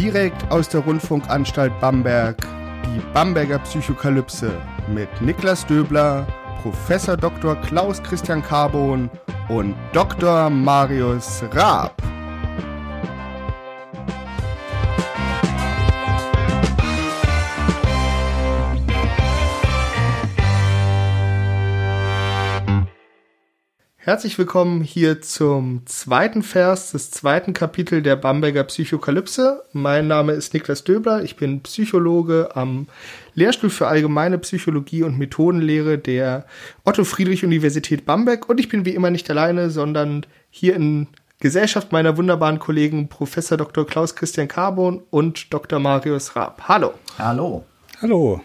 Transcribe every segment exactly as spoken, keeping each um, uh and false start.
Direkt aus der Rundfunkanstalt Bamberg, die Bamberger Psychokalypse mit Niklas Döbler, Professor Doktor Klaus Christian Carbon und Doktor Marius Raab. Herzlich willkommen hier zum zweiten Vers des zweiten Kapitel der Bamberger Psychokalypse. Mein Name ist Niklas Döbler, ich bin Psychologe am Lehrstuhl für Allgemeine Psychologie und Methodenlehre der Otto-Friedrich-Universität Bamberg und ich bin wie immer nicht alleine, sondern hier in Gesellschaft meiner wunderbaren Kollegen Professor Doktor Klaus Christian Carbon und Doktor Marius Raab. Hallo. Hallo. Hallo.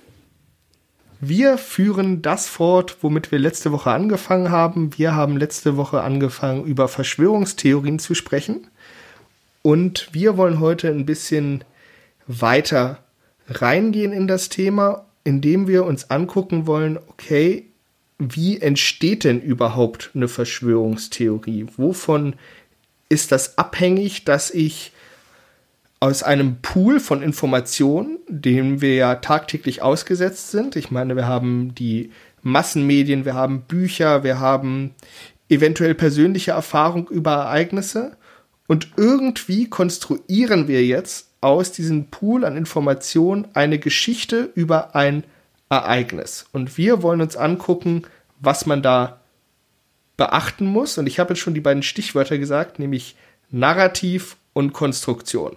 Wir führen das fort, womit wir letzte Woche angefangen haben. Wir haben letzte Woche angefangen, über Verschwörungstheorien zu sprechen. Und wir wollen heute ein bisschen weiter reingehen in das Thema, indem wir uns angucken wollen, okay, wie entsteht denn überhaupt eine Verschwörungstheorie? Wovon ist das abhängig, dass ich aus einem Pool von Informationen, dem wir ja tagtäglich ausgesetzt sind. Ich meine, wir haben die Massenmedien, wir haben Bücher, wir haben eventuell persönliche Erfahrung über Ereignisse und irgendwie konstruieren wir jetzt aus diesem Pool an Informationen eine Geschichte über ein Ereignis. Und wir wollen uns angucken, was man da beachten muss. Und ich habe jetzt schon die beiden Stichwörter gesagt, nämlich Narrativ und Konstruktion.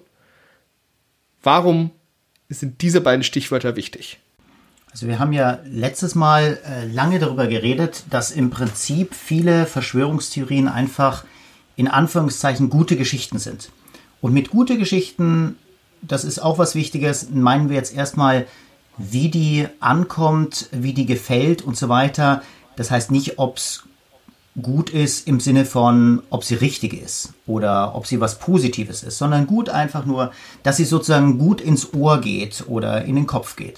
Warum sind diese beiden Stichwörter wichtig? Also wir haben ja letztes Mal äh, lange darüber geredet, dass im Prinzip viele Verschwörungstheorien einfach in Anführungszeichen gute Geschichten sind. Und mit gute Geschichten, das ist auch was Wichtiges, meinen wir jetzt erstmal, wie die ankommt, wie die gefällt und so weiter. Das heißt nicht, ob es gut ist im Sinne von, ob sie richtig ist oder ob sie was Positives ist, sondern gut einfach nur, dass sie sozusagen gut ins Ohr geht oder in den Kopf geht.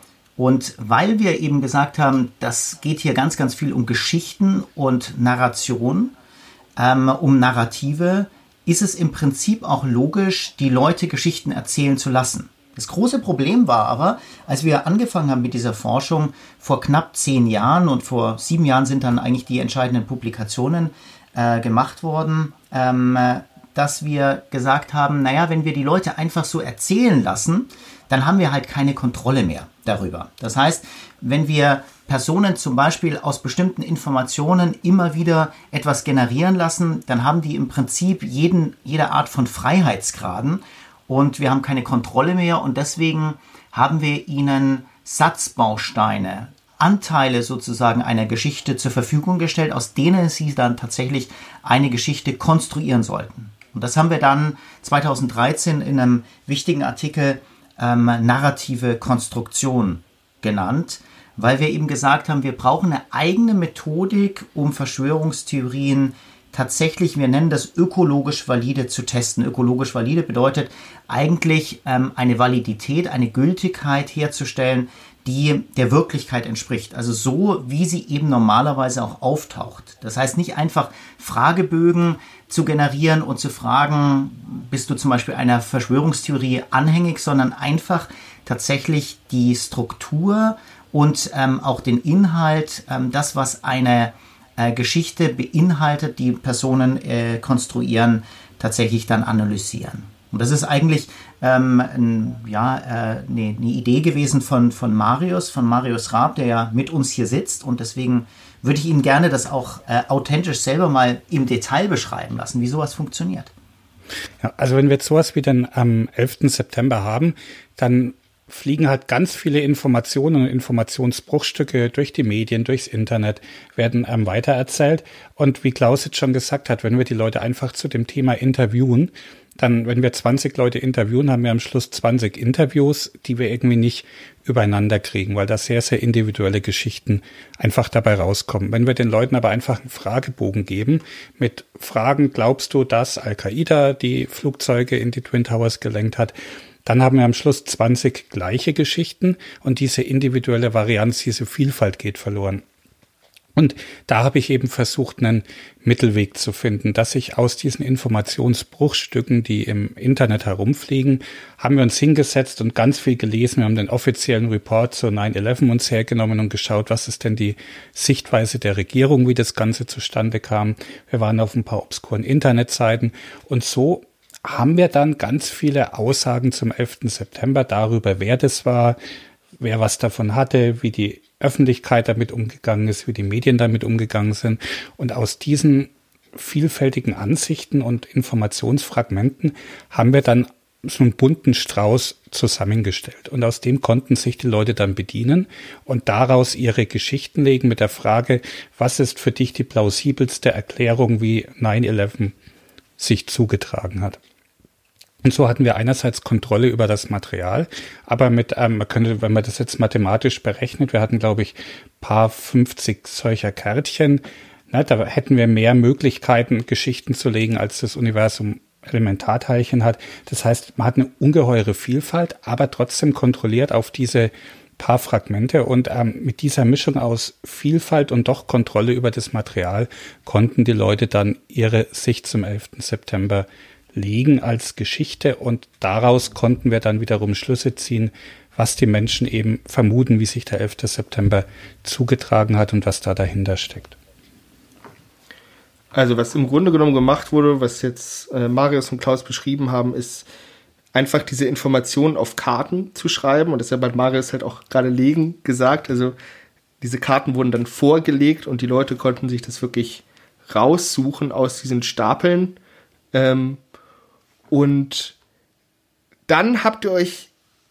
Und weil wir eben gesagt haben, das geht hier ganz, ganz viel um Geschichten und Narration, ähm, um Narrative, ist es im Prinzip auch logisch, die Leute Geschichten erzählen zu lassen. Das große Problem war aber, als wir angefangen haben mit dieser Forschung vor knapp zehn Jahren und vor sieben Jahren sind dann eigentlich die entscheidenden Publikationen äh, gemacht worden, ähm, dass wir gesagt haben, naja, wenn wir die Leute einfach so erzählen lassen, dann haben wir halt keine Kontrolle mehr darüber. Das heißt, wenn wir Personen zum Beispiel aus bestimmten Informationen immer wieder etwas generieren lassen, dann haben die im Prinzip jeden, jede Art von Freiheitsgraden. Und wir haben keine Kontrolle mehr und deswegen haben wir ihnen Satzbausteine, Anteile sozusagen einer Geschichte zur Verfügung gestellt, aus denen sie dann tatsächlich eine Geschichte konstruieren sollten. Und das haben wir dann zweitausenddreizehn in einem wichtigen Artikel ähm, narrative Konstruktion genannt, weil wir eben gesagt haben, wir brauchen eine eigene Methodik, um Verschwörungstheorien tatsächlich, wir nennen das ökologisch valide zu testen. Ökologisch valide bedeutet eigentlich ähm, eine Validität, eine Gültigkeit herzustellen, die der Wirklichkeit entspricht. Also so, wie sie eben normalerweise auch auftaucht. Das heißt nicht einfach Fragebögen zu generieren und zu fragen, bist du zum Beispiel einer Verschwörungstheorie anhängig, sondern einfach tatsächlich die Struktur und ähm, auch den Inhalt, ähm, das, was eine Geschichte beinhaltet, die Personen äh, konstruieren, tatsächlich dann analysieren. Und das ist eigentlich ähm, ein, ja, äh, eine, eine Idee gewesen von, von Marius, von Marius Raab, der ja mit uns hier sitzt. Und deswegen würde ich Ihnen gerne das auch äh, authentisch selber mal im Detail beschreiben lassen, wie sowas funktioniert. Ja, also wenn wir jetzt sowas wie dann am elften September haben, dann fliegen halt ganz viele Informationen und Informationsbruchstücke durch die Medien, durchs Internet, werden ähm, weitererzählt. Und wie Klaus jetzt schon gesagt hat, wenn wir die Leute einfach zu dem Thema interviewen, dann, wenn wir zwanzig Leute interviewen, haben wir am Schluss zwanzig Interviews, die wir irgendwie nicht übereinander kriegen, weil da sehr, sehr individuelle Geschichten einfach dabei rauskommen. Wenn wir den Leuten aber einfach einen Fragebogen geben mit Fragen, glaubst du, dass Al-Qaida die Flugzeuge in die Twin Towers gelenkt hat, dann haben wir am Schluss zwanzig gleiche Geschichten und diese individuelle Varianz, diese Vielfalt geht verloren. Und da habe ich eben versucht, einen Mittelweg zu finden, dass ich aus diesen Informationsbruchstücken, die im Internet herumfliegen, haben wir uns hingesetzt und ganz viel gelesen. Wir haben den offiziellen Report zu nine eleven uns hergenommen und geschaut, was ist denn die Sichtweise der Regierung, wie das Ganze zustande kam. Wir waren auf ein paar obskuren Internetseiten und so haben wir dann ganz viele Aussagen zum elften September darüber, wer das war, wer was davon hatte, wie die Öffentlichkeit damit umgegangen ist, wie die Medien damit umgegangen sind. Und aus diesen vielfältigen Ansichten und Informationsfragmenten haben wir dann so einen bunten Strauß zusammengestellt. Und aus dem konnten sich die Leute dann bedienen und daraus ihre Geschichten legen mit der Frage, was ist für dich die plausibelste Erklärung, wie nine eleven sich zugetragen hat. Und so hatten wir einerseits Kontrolle über das Material, aber mit, ähm, man könnte, wenn man das jetzt mathematisch berechnet, wir hatten, glaube ich, paar fünfzig solcher Kärtchen, ne, da hätten wir mehr Möglichkeiten, Geschichten zu legen, als das Universum Elementarteilchen hat. Das heißt, man hat eine ungeheure Vielfalt, aber trotzdem kontrolliert auf diese paar Fragmente und ähm, mit dieser Mischung aus Vielfalt und doch Kontrolle über das Material konnten die Leute dann ihre Sicht zum elften September legen als Geschichte und daraus konnten wir dann wiederum Schlüsse ziehen, was die Menschen eben vermuten, wie sich der elfte September zugetragen hat und was da dahinter steckt. Also was im Grunde genommen gemacht wurde, was jetzt äh, Marius und Klaus beschrieben haben, ist einfach diese Informationen auf Karten zu schreiben und das hat Marius halt auch gerade legen gesagt, also diese Karten wurden dann vorgelegt und die Leute konnten sich das wirklich raussuchen aus diesen Stapeln. Ähm, Und dann habt ihr euch,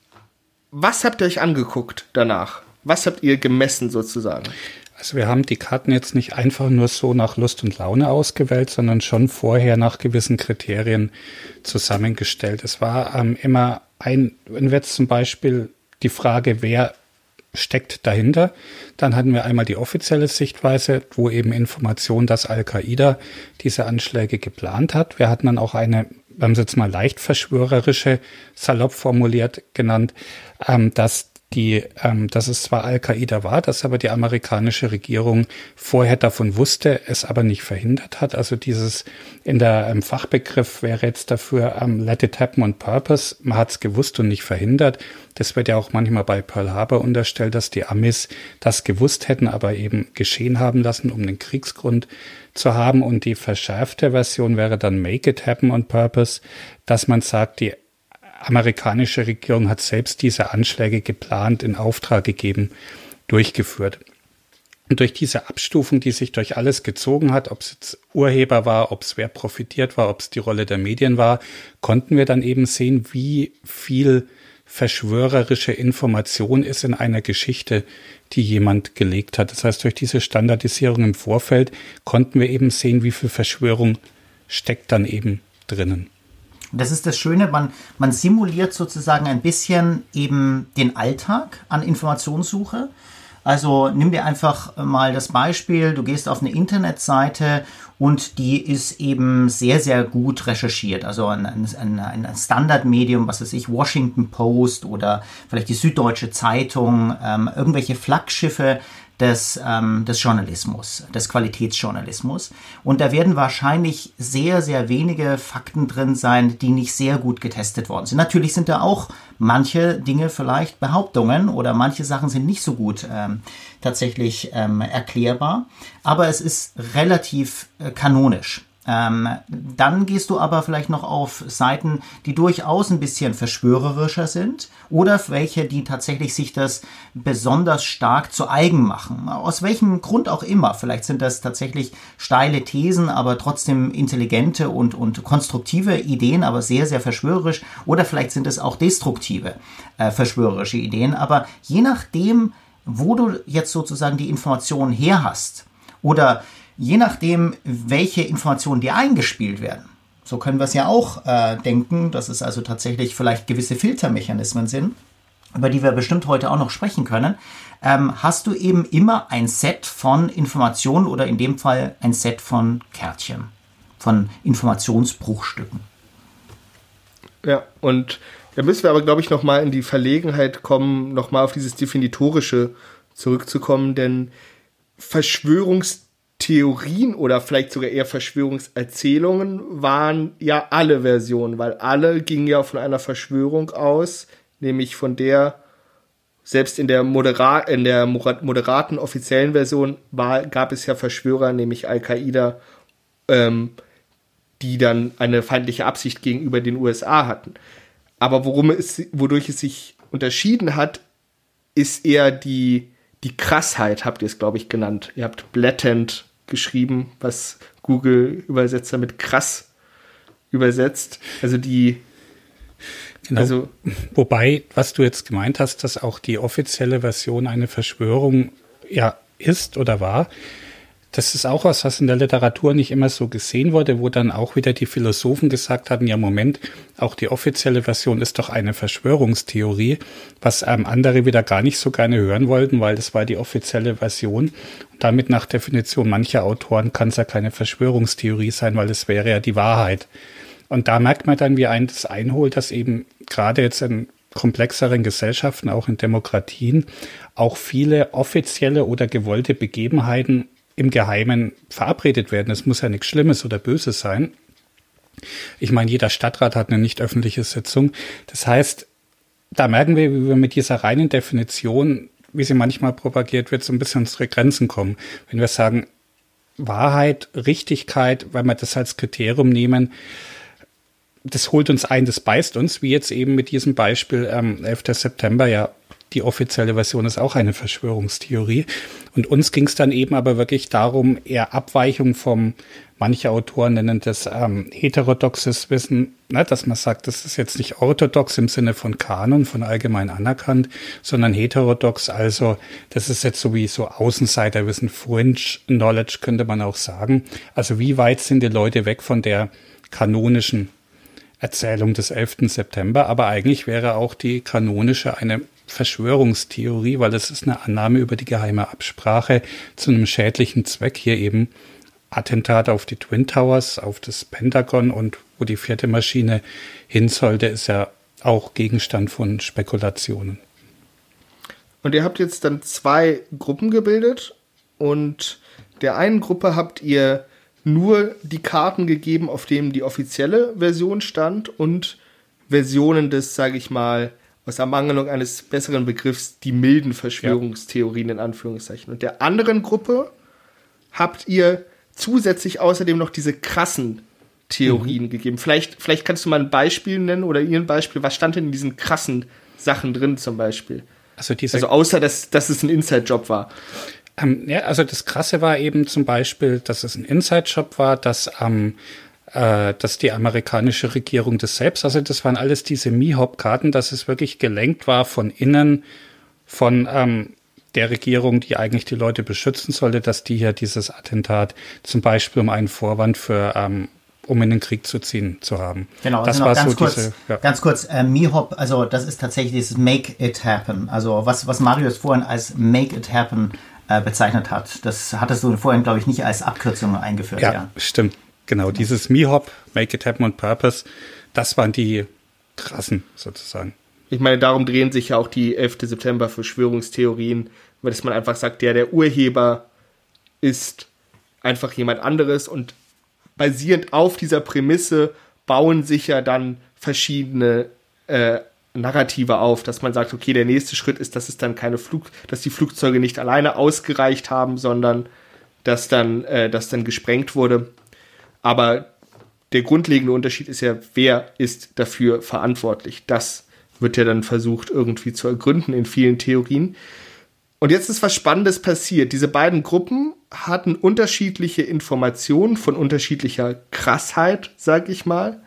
was habt ihr euch angeguckt danach? Was habt ihr gemessen sozusagen? Also wir haben die Karten jetzt nicht einfach nur so nach Lust und Laune ausgewählt, sondern schon vorher nach gewissen Kriterien zusammengestellt. Es war ähm, immer ein, wenn wir jetzt zum Beispiel die Frage, wer steckt dahinter, dann hatten wir einmal die offizielle Sichtweise, wo eben Information, dass Al-Qaida diese Anschläge geplant hat. Wir hatten dann auch eine, wir haben es jetzt mal leicht verschwörerische, salopp formuliert genannt, ähm, dass die, ähm, dass es zwar Al-Qaida war, dass aber die amerikanische Regierung vorher davon wusste, es aber nicht verhindert hat. Also dieses in der ähm, Fachbegriff wäre jetzt dafür ähm, Let it happen on purpose. Man hat es gewusst und nicht verhindert. Das wird ja auch manchmal bei Pearl Harbor unterstellt, dass die Amis das gewusst hätten, aber eben geschehen haben lassen, um den Kriegsgrund zu haben. Und die verschärfte Version wäre dann Make it happen on purpose, dass man sagt, die amerikanische Regierung hat selbst diese Anschläge geplant, in Auftrag gegeben, durchgeführt. Und durch diese Abstufung, die sich durch alles gezogen hat, ob es jetzt Urheber war, ob es wer profitiert war, ob es die Rolle der Medien war, konnten wir dann eben sehen, wie viel verschwörerische Information ist in einer Geschichte, die jemand gelegt hat. Das heißt, durch diese Standardisierung im Vorfeld konnten wir eben sehen, wie viel Verschwörung steckt dann eben drinnen. Das ist das Schöne, man, man simuliert sozusagen ein bisschen eben den Alltag an Informationssuche. Also nimm dir einfach mal das Beispiel, du gehst auf eine Internetseite und die ist eben sehr, sehr gut recherchiert. Also ein, ein, ein Standardmedium, was weiß ich, Washington Post oder vielleicht die Süddeutsche Zeitung, ähm, irgendwelche Flaggschiffe des, ähm, des Journalismus, des Qualitätsjournalismus. Und da werden wahrscheinlich sehr, sehr wenige Fakten drin sein, die nicht sehr gut getestet worden sind. Natürlich sind da auch manche Dinge vielleicht Behauptungen oder manche Sachen sind nicht so gut ähm, tatsächlich ähm, erklärbar, aber es ist relativ äh, kanonisch. Ähm, dann gehst du aber vielleicht noch auf Seiten, die durchaus ein bisschen verschwörerischer sind oder welche, die tatsächlich sich das besonders stark zu eigen machen. Aus welchem Grund auch immer. Vielleicht sind das tatsächlich steile Thesen, aber trotzdem intelligente und, und konstruktive Ideen, aber sehr, sehr verschwörerisch. Oder vielleicht sind es auch destruktive äh, verschwörerische Ideen. Aber je nachdem, wo du jetzt sozusagen die Informationen her hast oder je nachdem, welche Informationen dir eingespielt werden, so können wir es ja auch äh, denken, dass es also tatsächlich vielleicht gewisse Filtermechanismen sind, über die wir bestimmt heute auch noch sprechen können, ähm, hast du eben immer ein Set von Informationen oder in dem Fall ein Set von Kärtchen, von Informationsbruchstücken. Ja, und da müssen wir aber, glaube ich, nochmal in die Verlegenheit kommen, nochmal auf dieses Definitorische zurückzukommen, denn Verschwörungstheorien oder vielleicht sogar eher Verschwörungserzählungen waren ja alle Versionen, weil alle gingen ja von einer Verschwörung aus, nämlich von der, selbst in der, modera- in der moderaten offiziellen Version war, gab es ja Verschwörer, nämlich Al-Qaida, ähm, die dann eine feindliche Absicht gegenüber den U S A hatten. Aber worum es, wodurch es sich unterschieden hat, ist eher die, die Krassheit, habt ihr es, glaube ich, genannt. Ihr habt blatant geschrieben, was Google-Übersetzer mit krass übersetzt. Also die Genau. Also, wobei, was du jetzt gemeint hast, dass auch die offizielle Version eine Verschwörung ja ist oder war, das ist auch was, was in der Literatur nicht immer so gesehen wurde, wo dann auch wieder die Philosophen gesagt hatten, ja Moment, auch die offizielle Version ist doch eine Verschwörungstheorie, was ähm, andere wieder gar nicht so gerne hören wollten, weil das war die offizielle Version. Und damit nach Definition mancher Autoren kann es ja keine Verschwörungstheorie sein, weil es wäre ja die Wahrheit. Und da merkt man dann, wie einen das einholt, dass eben gerade jetzt in komplexeren Gesellschaften, auch in Demokratien, auch viele offizielle oder gewollte Begebenheiten im Geheimen verabredet werden. Es muss ja nichts Schlimmes oder Böses sein. Ich meine, jeder Stadtrat hat eine nicht öffentliche Sitzung. Das heißt, da merken wir, wie wir mit dieser reinen Definition, wie sie manchmal propagiert wird, so ein bisschen unsere Grenzen kommen. Wenn wir sagen, Wahrheit, Richtigkeit, weil wir das als Kriterium nehmen, das holt uns ein, das beißt uns, wie jetzt eben mit diesem Beispiel ähm, elften September, ja, die offizielle Version ist auch eine Verschwörungstheorie. Und uns ging es dann eben aber wirklich darum, eher Abweichung vom, manche Autoren nennen das ähm, heterodoxes Wissen, ne, dass man sagt, das ist jetzt nicht orthodox im Sinne von Kanon, von allgemein anerkannt, sondern heterodox, also das ist jetzt so wie so Außenseiterwissen, Fringe Knowledge könnte man auch sagen. Also wie weit sind die Leute weg von der kanonischen Erzählung des elften September, aber eigentlich wäre auch die kanonische eine Verschwörungstheorie, weil es ist eine Annahme über die geheime Absprache zu einem schädlichen Zweck, hier eben Attentat auf die Twin Towers, auf das Pentagon und wo die vierte Maschine hin sollte, ist ja auch Gegenstand von Spekulationen. Und ihr habt jetzt dann zwei Gruppen gebildet und der einen Gruppe habt ihr nur die Karten gegeben, auf denen die offizielle Version stand und Versionen des, sage ich mal, aus Ermangelung eines besseren Begriffs, die milden Verschwörungstheorien in Anführungszeichen. Und der anderen Gruppe habt ihr zusätzlich außerdem noch diese krassen Theorien mhm. gegeben. Vielleicht, vielleicht kannst du mal ein Beispiel nennen oder ihr ein Beispiel. Was stand denn in diesen krassen Sachen drin zum Beispiel? Also, diese also außer, dass, dass es ein Inside-Job war. Ähm, ja, also das Krasse war eben zum Beispiel, dass es ein Inside-Job war, dass ähm, äh, dass die amerikanische Regierung das selbst, also das waren alles diese M I H O P-Karten, dass es wirklich gelenkt war von innen, von ähm, der Regierung, die eigentlich die Leute beschützen sollte, dass die hier dieses Attentat zum Beispiel um einen Vorwand für ähm, um in den Krieg zu ziehen zu haben. Genau, das also war ganz so kurz, diese, ja. ganz kurz, äh, M I H O P, also das ist tatsächlich dieses Make It Happen. Also was, was Marius vorhin als Make It Happen äh, bezeichnet hat, das hattest du vorhin, glaube ich, nicht als Abkürzung eingeführt. Ja, ja. stimmt. Genau, dieses M I H O P, Make It Happen und Purpose, das waren die krassen sozusagen. Ich meine, darum drehen sich ja auch die elften September Verschwörungstheorien, weil dass man einfach sagt, ja, der Urheber ist einfach jemand anderes und basierend auf dieser Prämisse bauen sich ja dann verschiedene äh, Narrative auf, dass man sagt, okay, der nächste Schritt ist, dass es dann keine Flug, dass die Flugzeuge nicht alleine ausgereicht haben, sondern dass dann, äh, dass dann gesprengt wurde. Aber der grundlegende Unterschied ist ja, wer ist dafür verantwortlich? Das wird ja dann versucht irgendwie zu ergründen in vielen Theorien. Und jetzt ist was Spannendes passiert. Diese beiden Gruppen hatten unterschiedliche Informationen von unterschiedlicher Krassheit, sag ich mal.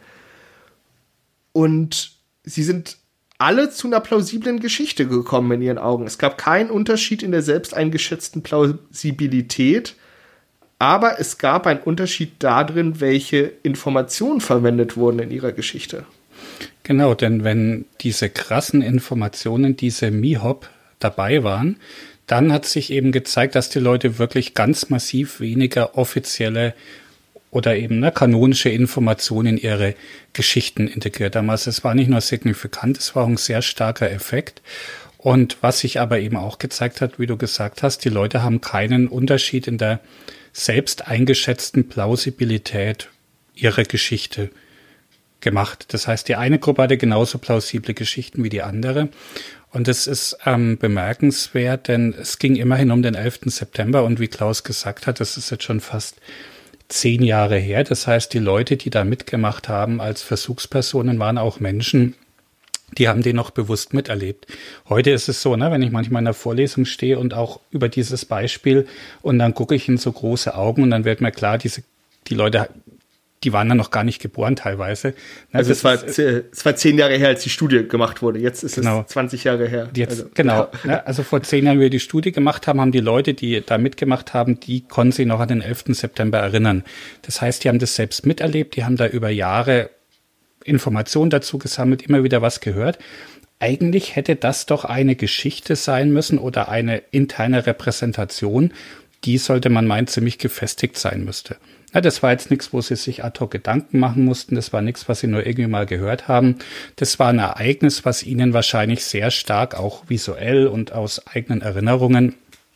Und sie sind alle zu einer plausiblen Geschichte gekommen in ihren Augen. Es gab keinen Unterschied in der selbst eingeschätzten Plausibilität, aber es gab einen Unterschied darin, welche Informationen verwendet wurden in ihrer Geschichte. Genau, denn wenn diese krassen Informationen, diese M I H O P dabei waren, dann hat sich eben gezeigt, dass die Leute wirklich ganz massiv weniger offizielle oder eben ne, kanonische Informationen in ihre Geschichten integriert haben. Also es war nicht nur signifikant, es war auch ein sehr starker Effekt. Und was sich aber eben auch gezeigt hat, wie du gesagt hast, die Leute haben keinen Unterschied in der selbst eingeschätzten Plausibilität ihrer Geschichte gemacht. Das heißt, die eine Gruppe hatte genauso plausible Geschichten wie die andere. Und es ist ähm, bemerkenswert, denn es ging immerhin um den elften September und wie Klaus gesagt hat, das ist jetzt schon fast zehn Jahre her. Das heißt, die Leute, die da mitgemacht haben als Versuchspersonen, waren auch Menschen, die haben den noch bewusst miterlebt. Heute ist es so, ne, wenn ich manchmal in der Vorlesung stehe und auch über dieses Beispiel und dann gucke ich in so große Augen und dann wird mir klar, diese die Leute, die waren dann noch gar nicht geboren teilweise. Also es war, ist, es war zehn Jahre her, als die Studie gemacht wurde. Jetzt ist genau. es zwanzig Jahre her. Jetzt, also, genau. Ja. Ne, also vor zehn Jahren, wie wir die Studie gemacht haben, haben die Leute, die da mitgemacht haben, die konnten sich noch an den elften September erinnern. Das heißt, die haben das selbst miterlebt, die haben da über Jahre Informationen dazu gesammelt, immer wieder was gehört. Eigentlich hätte das doch eine Geschichte sein müssen oder eine interne Repräsentation, die, sollte man meinen, ziemlich gefestigt sein müsste. Ja, das war jetzt nichts, wo sie sich ad hoc Gedanken machen mussten, das war nichts, was sie nur irgendwie mal gehört haben. Das war ein Ereignis, was ihnen wahrscheinlich sehr stark auch visuell und aus eigenen Erinnerungen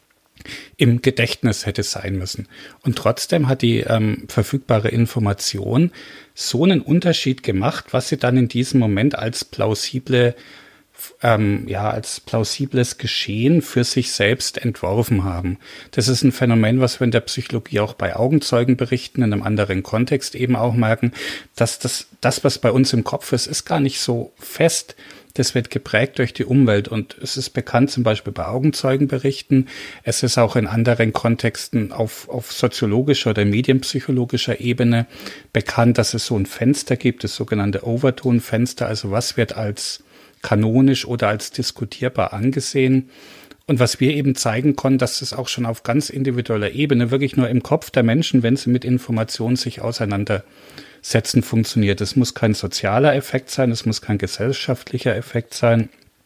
im Gedächtnis hätte sein müssen. Und trotzdem hat die ähm, verfügbare Information so einen Unterschied gemacht, was sie dann in diesem Moment als plausible, ähm, ja, als plausibles Geschehen für sich selbst entworfen haben. Das ist ein Phänomen, was wir in der Psychologie auch bei Augenzeugenberichten in einem anderen Kontext eben auch merken, dass das, das, was bei uns im Kopf ist, ist gar nicht so fest. Das wird geprägt durch die Umwelt und es ist bekannt zum Beispiel bei Augenzeugenberichten. Es ist auch in anderen Kontexten auf, auf soziologischer oder medienpsychologischer Ebene bekannt, dass es so ein Fenster gibt, das sogenannte Overton-Fenster. Also was wird als kanonisch oder als diskutierbar angesehen? Und was wir eben zeigen konnten, dass es auch schon auf ganz individueller Ebene wirklich nur im Kopf der Menschen, wenn sie mit Informationen sich auseinandersetzen, funktioniert. Es muss kein sozialer Effekt sein, es muss kein gesellschaftlicher Effekt sein.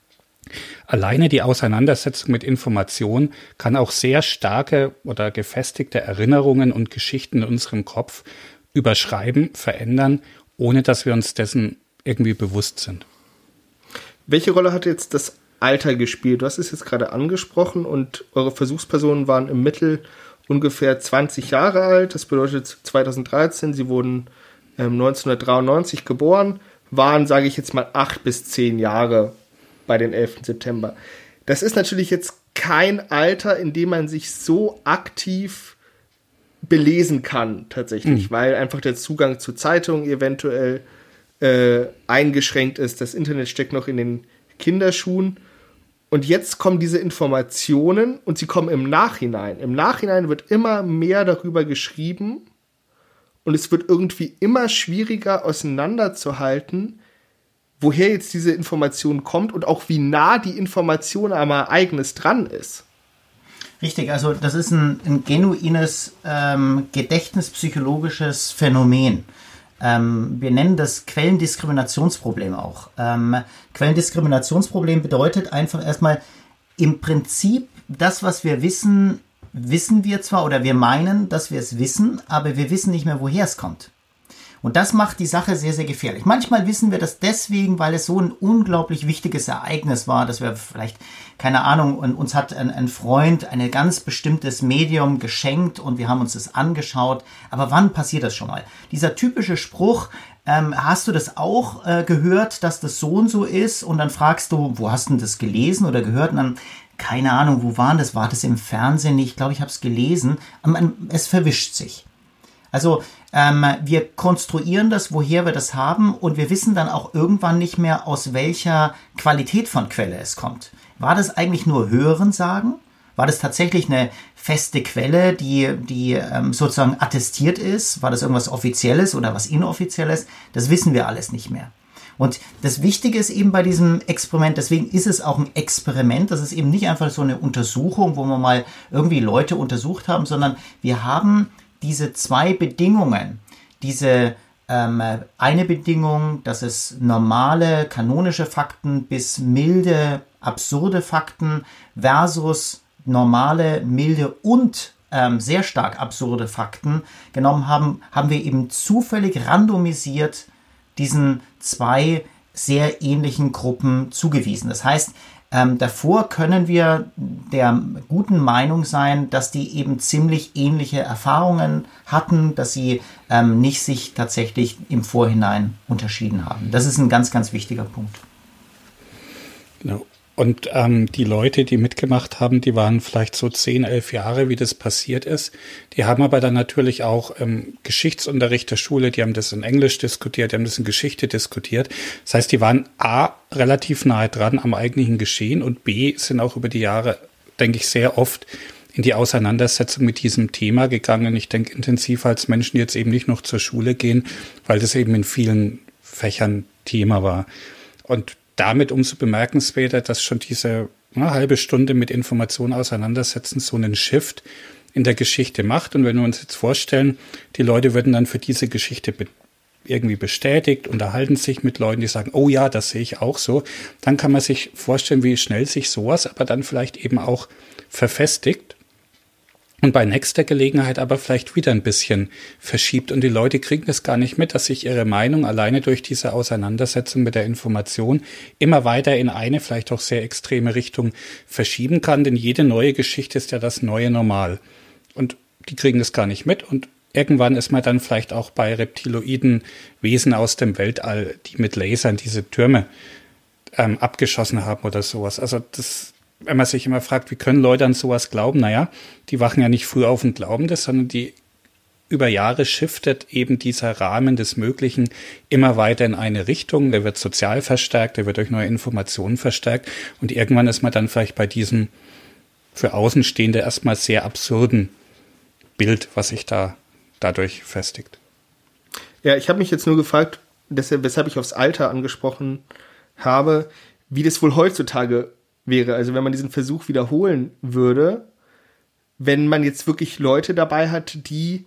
Alleine die Auseinandersetzung mit Information kann auch sehr starke oder gefestigte Erinnerungen und Geschichten in unserem Kopf überschreiben, verändern, ohne dass wir uns dessen irgendwie bewusst sind. Welche Rolle hat jetzt das Alter gespielt? Du hast es jetzt gerade angesprochen und eure Versuchspersonen waren im Mittel ungefähr zwanzig Jahre alt. Das bedeutet zweitausenddreizehn, sie wurden ähm, neunzehnhundertdreiundneunzig geboren, waren, sage ich jetzt mal, acht bis zehn Jahre bei den elften September. Das ist natürlich jetzt kein Alter, in dem man sich so aktiv belesen kann, tatsächlich, mhm. weil einfach der Zugang zu Zeitungen eventuell äh, eingeschränkt ist. Das Internet steckt noch in den Kinderschuhen. Und jetzt kommen diese Informationen und sie kommen im Nachhinein. Im Nachhinein wird immer mehr darüber geschrieben und es wird irgendwie immer schwieriger auseinanderzuhalten, woher jetzt diese Information kommt und auch wie nah die Information am Ereignis dran ist. Richtig, also das ist ein, ein genuines ähm, gedächtnispsychologisches Phänomen. Ähm, wir nennen das Quellendiskriminationsproblem auch. Ähm, Quellendiskriminationsproblem bedeutet einfach erstmal, im Prinzip das, was wir wissen, wissen wir zwar oder wir meinen, dass wir es wissen, aber wir wissen nicht mehr, woher es kommt. Und das macht die Sache sehr, sehr gefährlich. Manchmal wissen wir das deswegen, weil es so ein unglaublich wichtiges Ereignis war, dass wir vielleicht, keine Ahnung, uns hat ein, ein Freund ein ganz bestimmtes Medium geschenkt und wir haben uns das angeschaut. Aber wann passiert das schon mal? Dieser typische Spruch, ähm, hast du das auch äh, gehört, dass das so und so ist? Und dann fragst du, wo hast du denn das gelesen oder gehört? Und dann, keine Ahnung, wo war das? War das im Fernsehen? Ich glaube, ich habe es gelesen. Es verwischt sich. Also ähm, wir konstruieren das, woher wir das haben und wir wissen dann auch irgendwann nicht mehr, aus welcher Qualität von Quelle es kommt. War das eigentlich nur Hörensagen? War das tatsächlich eine feste Quelle, die, die ähm, sozusagen attestiert ist? War das irgendwas Offizielles oder was Inoffizielles? Das wissen wir alles nicht mehr. Und das Wichtige ist eben bei diesem Experiment, deswegen ist es auch ein Experiment, das ist eben nicht einfach so eine Untersuchung, wo wir mal irgendwie Leute untersucht haben, sondern wir haben diese zwei Bedingungen, diese ähm, eine Bedingung, dass es normale, kanonische Fakten bis milde, absurde Fakten versus normale, milde und ähm, sehr stark absurde Fakten genommen haben, haben wir eben zufällig randomisiert diesen zwei sehr ähnlichen Gruppen zugewiesen. Das heißt, Ähm, davor können wir der guten Meinung sein, dass die eben ziemlich ähnliche Erfahrungen hatten, dass sie ähm, nicht sich tatsächlich im Vorhinein unterschieden haben. Das ist ein ganz, ganz wichtiger Punkt. Genau. Und ähm, die Leute, die mitgemacht haben, die waren vielleicht so zehn, elf Jahre, wie das passiert ist. Die haben aber dann natürlich auch ähm, Geschichtsunterricht der Schule, die haben das in Englisch diskutiert, die haben das in Geschichte diskutiert. Das heißt, die waren A, relativ nahe dran am eigentlichen Geschehen und B, sind auch über die Jahre, denke ich, sehr oft in die Auseinandersetzung mit diesem Thema gegangen. Ich denke, intensiver als Menschen, die jetzt eben nicht noch zur Schule gehen, weil das eben in vielen Fächern Thema war. Und damit umso bemerkenswerter, dass schon diese na, halbe Stunde mit Informationen auseinandersetzen so einen Shift in der Geschichte macht. Und wenn wir uns jetzt vorstellen, die Leute würden dann für diese Geschichte be- irgendwie bestätigt, unterhalten sich mit Leuten, die sagen, oh ja, das sehe ich auch so, dann kann man sich vorstellen, wie schnell sich sowas aber dann vielleicht eben auch verfestigt. Und bei nächster Gelegenheit aber vielleicht wieder ein bisschen verschiebt. Und die Leute kriegen das gar nicht mit, dass sich ihre Meinung alleine durch diese Auseinandersetzung mit der Information immer weiter in eine, vielleicht auch sehr extreme Richtung verschieben kann. Denn jede neue Geschichte ist ja das neue Normal. Und die kriegen das gar nicht mit. Und irgendwann ist man dann vielleicht auch bei reptiloiden Wesen aus dem Weltall, die mit Lasern diese Türme ähm, abgeschossen haben oder sowas. Also das... Wenn man sich immer fragt, wie können Leute an sowas glauben? Naja, die wachen ja nicht früh auf und glauben das, sondern die über Jahre shiftet eben dieser Rahmen des Möglichen immer weiter in eine Richtung. Der wird sozial verstärkt, der wird durch neue Informationen verstärkt. Und irgendwann ist man dann vielleicht bei diesem für Außenstehende erstmal sehr absurden Bild, was sich da dadurch festigt. Ja, ich habe mich jetzt nur gefragt, deshalb, weshalb ich aufs Alter angesprochen habe, wie das wohl heutzutage wäre, also wenn man diesen Versuch wiederholen würde, wenn man jetzt wirklich Leute dabei hat, die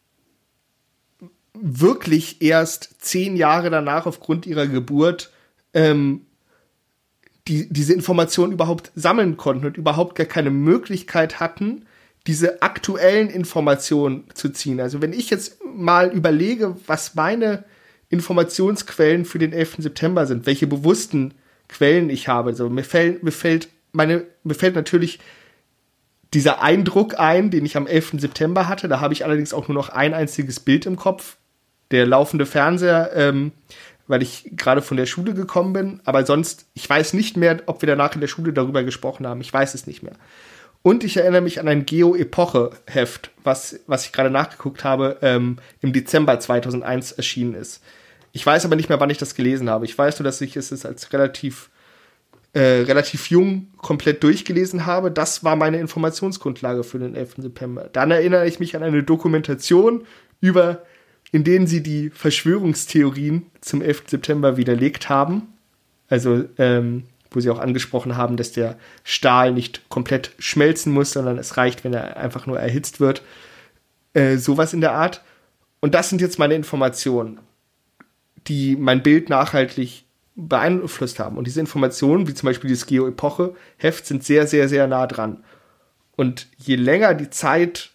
wirklich erst zehn Jahre danach aufgrund ihrer Geburt ähm, die, diese Informationen überhaupt sammeln konnten und überhaupt gar keine Möglichkeit hatten, diese aktuellen Informationen zu ziehen. Also wenn ich jetzt mal überlege, was meine Informationsquellen für den elften September sind, welche bewussten Quellen ich habe. Also mir fällt, mir fällt meine, mir fällt natürlich dieser Eindruck ein, den ich am elften September hatte. Da habe ich allerdings auch nur noch ein einziges Bild im Kopf. Der laufende Fernseher, ähm, weil ich gerade von der Schule gekommen bin. Aber sonst, ich weiß nicht mehr, ob wir danach in der Schule darüber gesprochen haben. Ich weiß es nicht mehr. Und ich erinnere mich an ein Geo-Epoche-Heft, was, was ich gerade nachgeguckt habe, ähm, im Dezember zweitausendeins erschienen ist. Ich weiß aber nicht mehr, wann ich das gelesen habe. Ich weiß nur, dass ich es als relativ, äh, relativ jung komplett durchgelesen habe. Das war meine Informationsgrundlage für den elften September. Dann erinnere ich mich an eine Dokumentation, über, in denen sie die Verschwörungstheorien zum elften September widerlegt haben. Also, ähm, wo sie auch angesprochen haben, dass der Stahl nicht komplett schmelzen muss, sondern es reicht, wenn er einfach nur erhitzt wird. Äh, sowas in der Art. Und das sind jetzt meine Informationen, die mein Bild nachhaltig beeinflusst haben. Und diese Informationen, wie zum Beispiel dieses Geo-Epoche-Heft, sind sehr, sehr, sehr nah dran. Und je länger die Zeit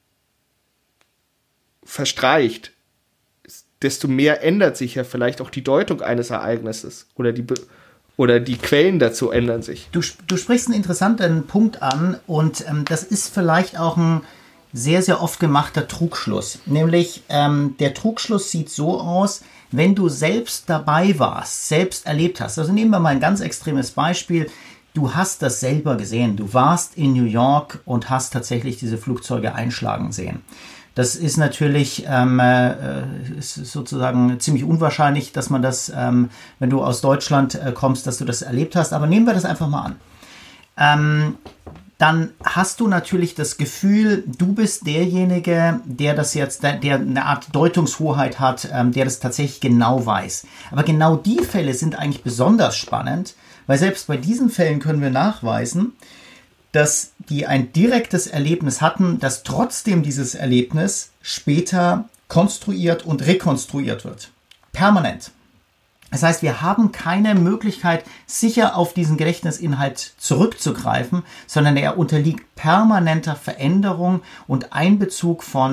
verstreicht, desto mehr ändert sich ja vielleicht auch die Deutung eines Ereignisses. Oder die, Be- oder die Quellen dazu ändern sich. Du, du sprichst einen interessanten Punkt an. Und ähm, das ist vielleicht auch ein sehr, sehr oft gemachter Trugschluss. Nämlich, ähm, der Trugschluss sieht so aus, wenn du selbst dabei warst, selbst erlebt hast. Also nehmen wir mal ein ganz extremes Beispiel. Du hast das selber gesehen. Du warst in New York und hast tatsächlich diese Flugzeuge einschlagen sehen. Das ist natürlich ähm, äh, ist sozusagen ziemlich unwahrscheinlich, dass man das, ähm, wenn du aus Deutschland äh, kommst, dass du das erlebt hast. Aber nehmen wir das einfach mal an. Ähm, dann hast du natürlich das Gefühl, du bist derjenige, der das jetzt, der eine Art Deutungshoheit hat, der das tatsächlich genau weiß. Aber genau die Fälle sind eigentlich besonders spannend, weil selbst bei diesen Fällen können wir nachweisen, dass die ein direktes Erlebnis hatten, dass trotzdem dieses Erlebnis später konstruiert und rekonstruiert wird. Permanent. Das heißt, wir haben keine Möglichkeit, sicher auf diesen Gedächtnisinhalt zurückzugreifen, sondern er unterliegt permanenter Veränderung und Einbezug von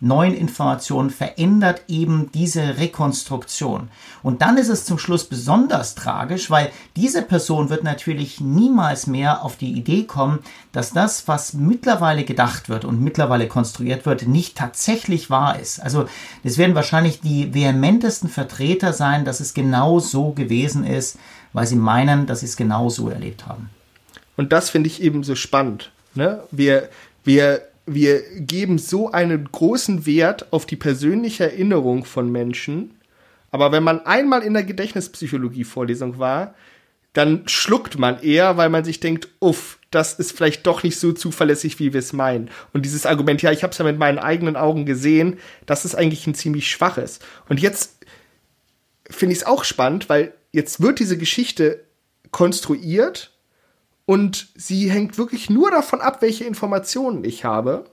neuen Informationen verändert eben diese Rekonstruktion. Und dann ist es zum Schluss besonders tragisch, weil diese Person wird natürlich niemals mehr auf die Idee kommen, dass das, was mittlerweile gedacht wird und mittlerweile konstruiert wird, nicht tatsächlich wahr ist. Also es werden wahrscheinlich die vehementesten Vertreter sein, dass es genau so gewesen ist, weil sie meinen, dass sie es genau so erlebt haben. Und das finde ich eben so spannend. Ne? Wir, wir, wir geben so einen großen Wert auf die persönliche Erinnerung von Menschen, aber wenn man einmal in der Gedächtnispsychologie-Vorlesung war, dann schluckt man eher, weil man sich denkt, uff, das ist vielleicht doch nicht so zuverlässig, wie wir es meinen. Und dieses Argument, ja, ich habe es ja mit meinen eigenen Augen gesehen, das ist eigentlich ein ziemlich schwaches. Und jetzt finde ich es auch spannend, weil jetzt wird diese Geschichte konstruiert und sie hängt wirklich nur davon ab, welche Informationen ich habe.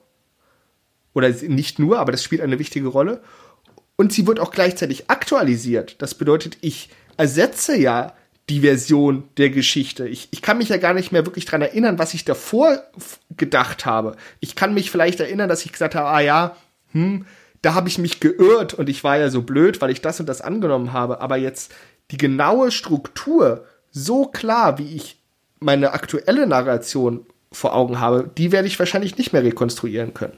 Oder nicht nur, aber das spielt eine wichtige Rolle. Und sie wird auch gleichzeitig aktualisiert. Das bedeutet, ich ersetze ja die Version der Geschichte. Ich, ich kann mich ja gar nicht mehr wirklich dran erinnern, was ich davor f- gedacht habe. Ich kann mich vielleicht erinnern, dass ich gesagt habe, ah ja, hm, da habe ich mich geirrt und ich war ja so blöd, weil ich das und das angenommen habe. Aber jetzt die genaue Struktur, so klar, wie ich meine aktuelle Narration vor Augen habe, die werde ich wahrscheinlich nicht mehr rekonstruieren können.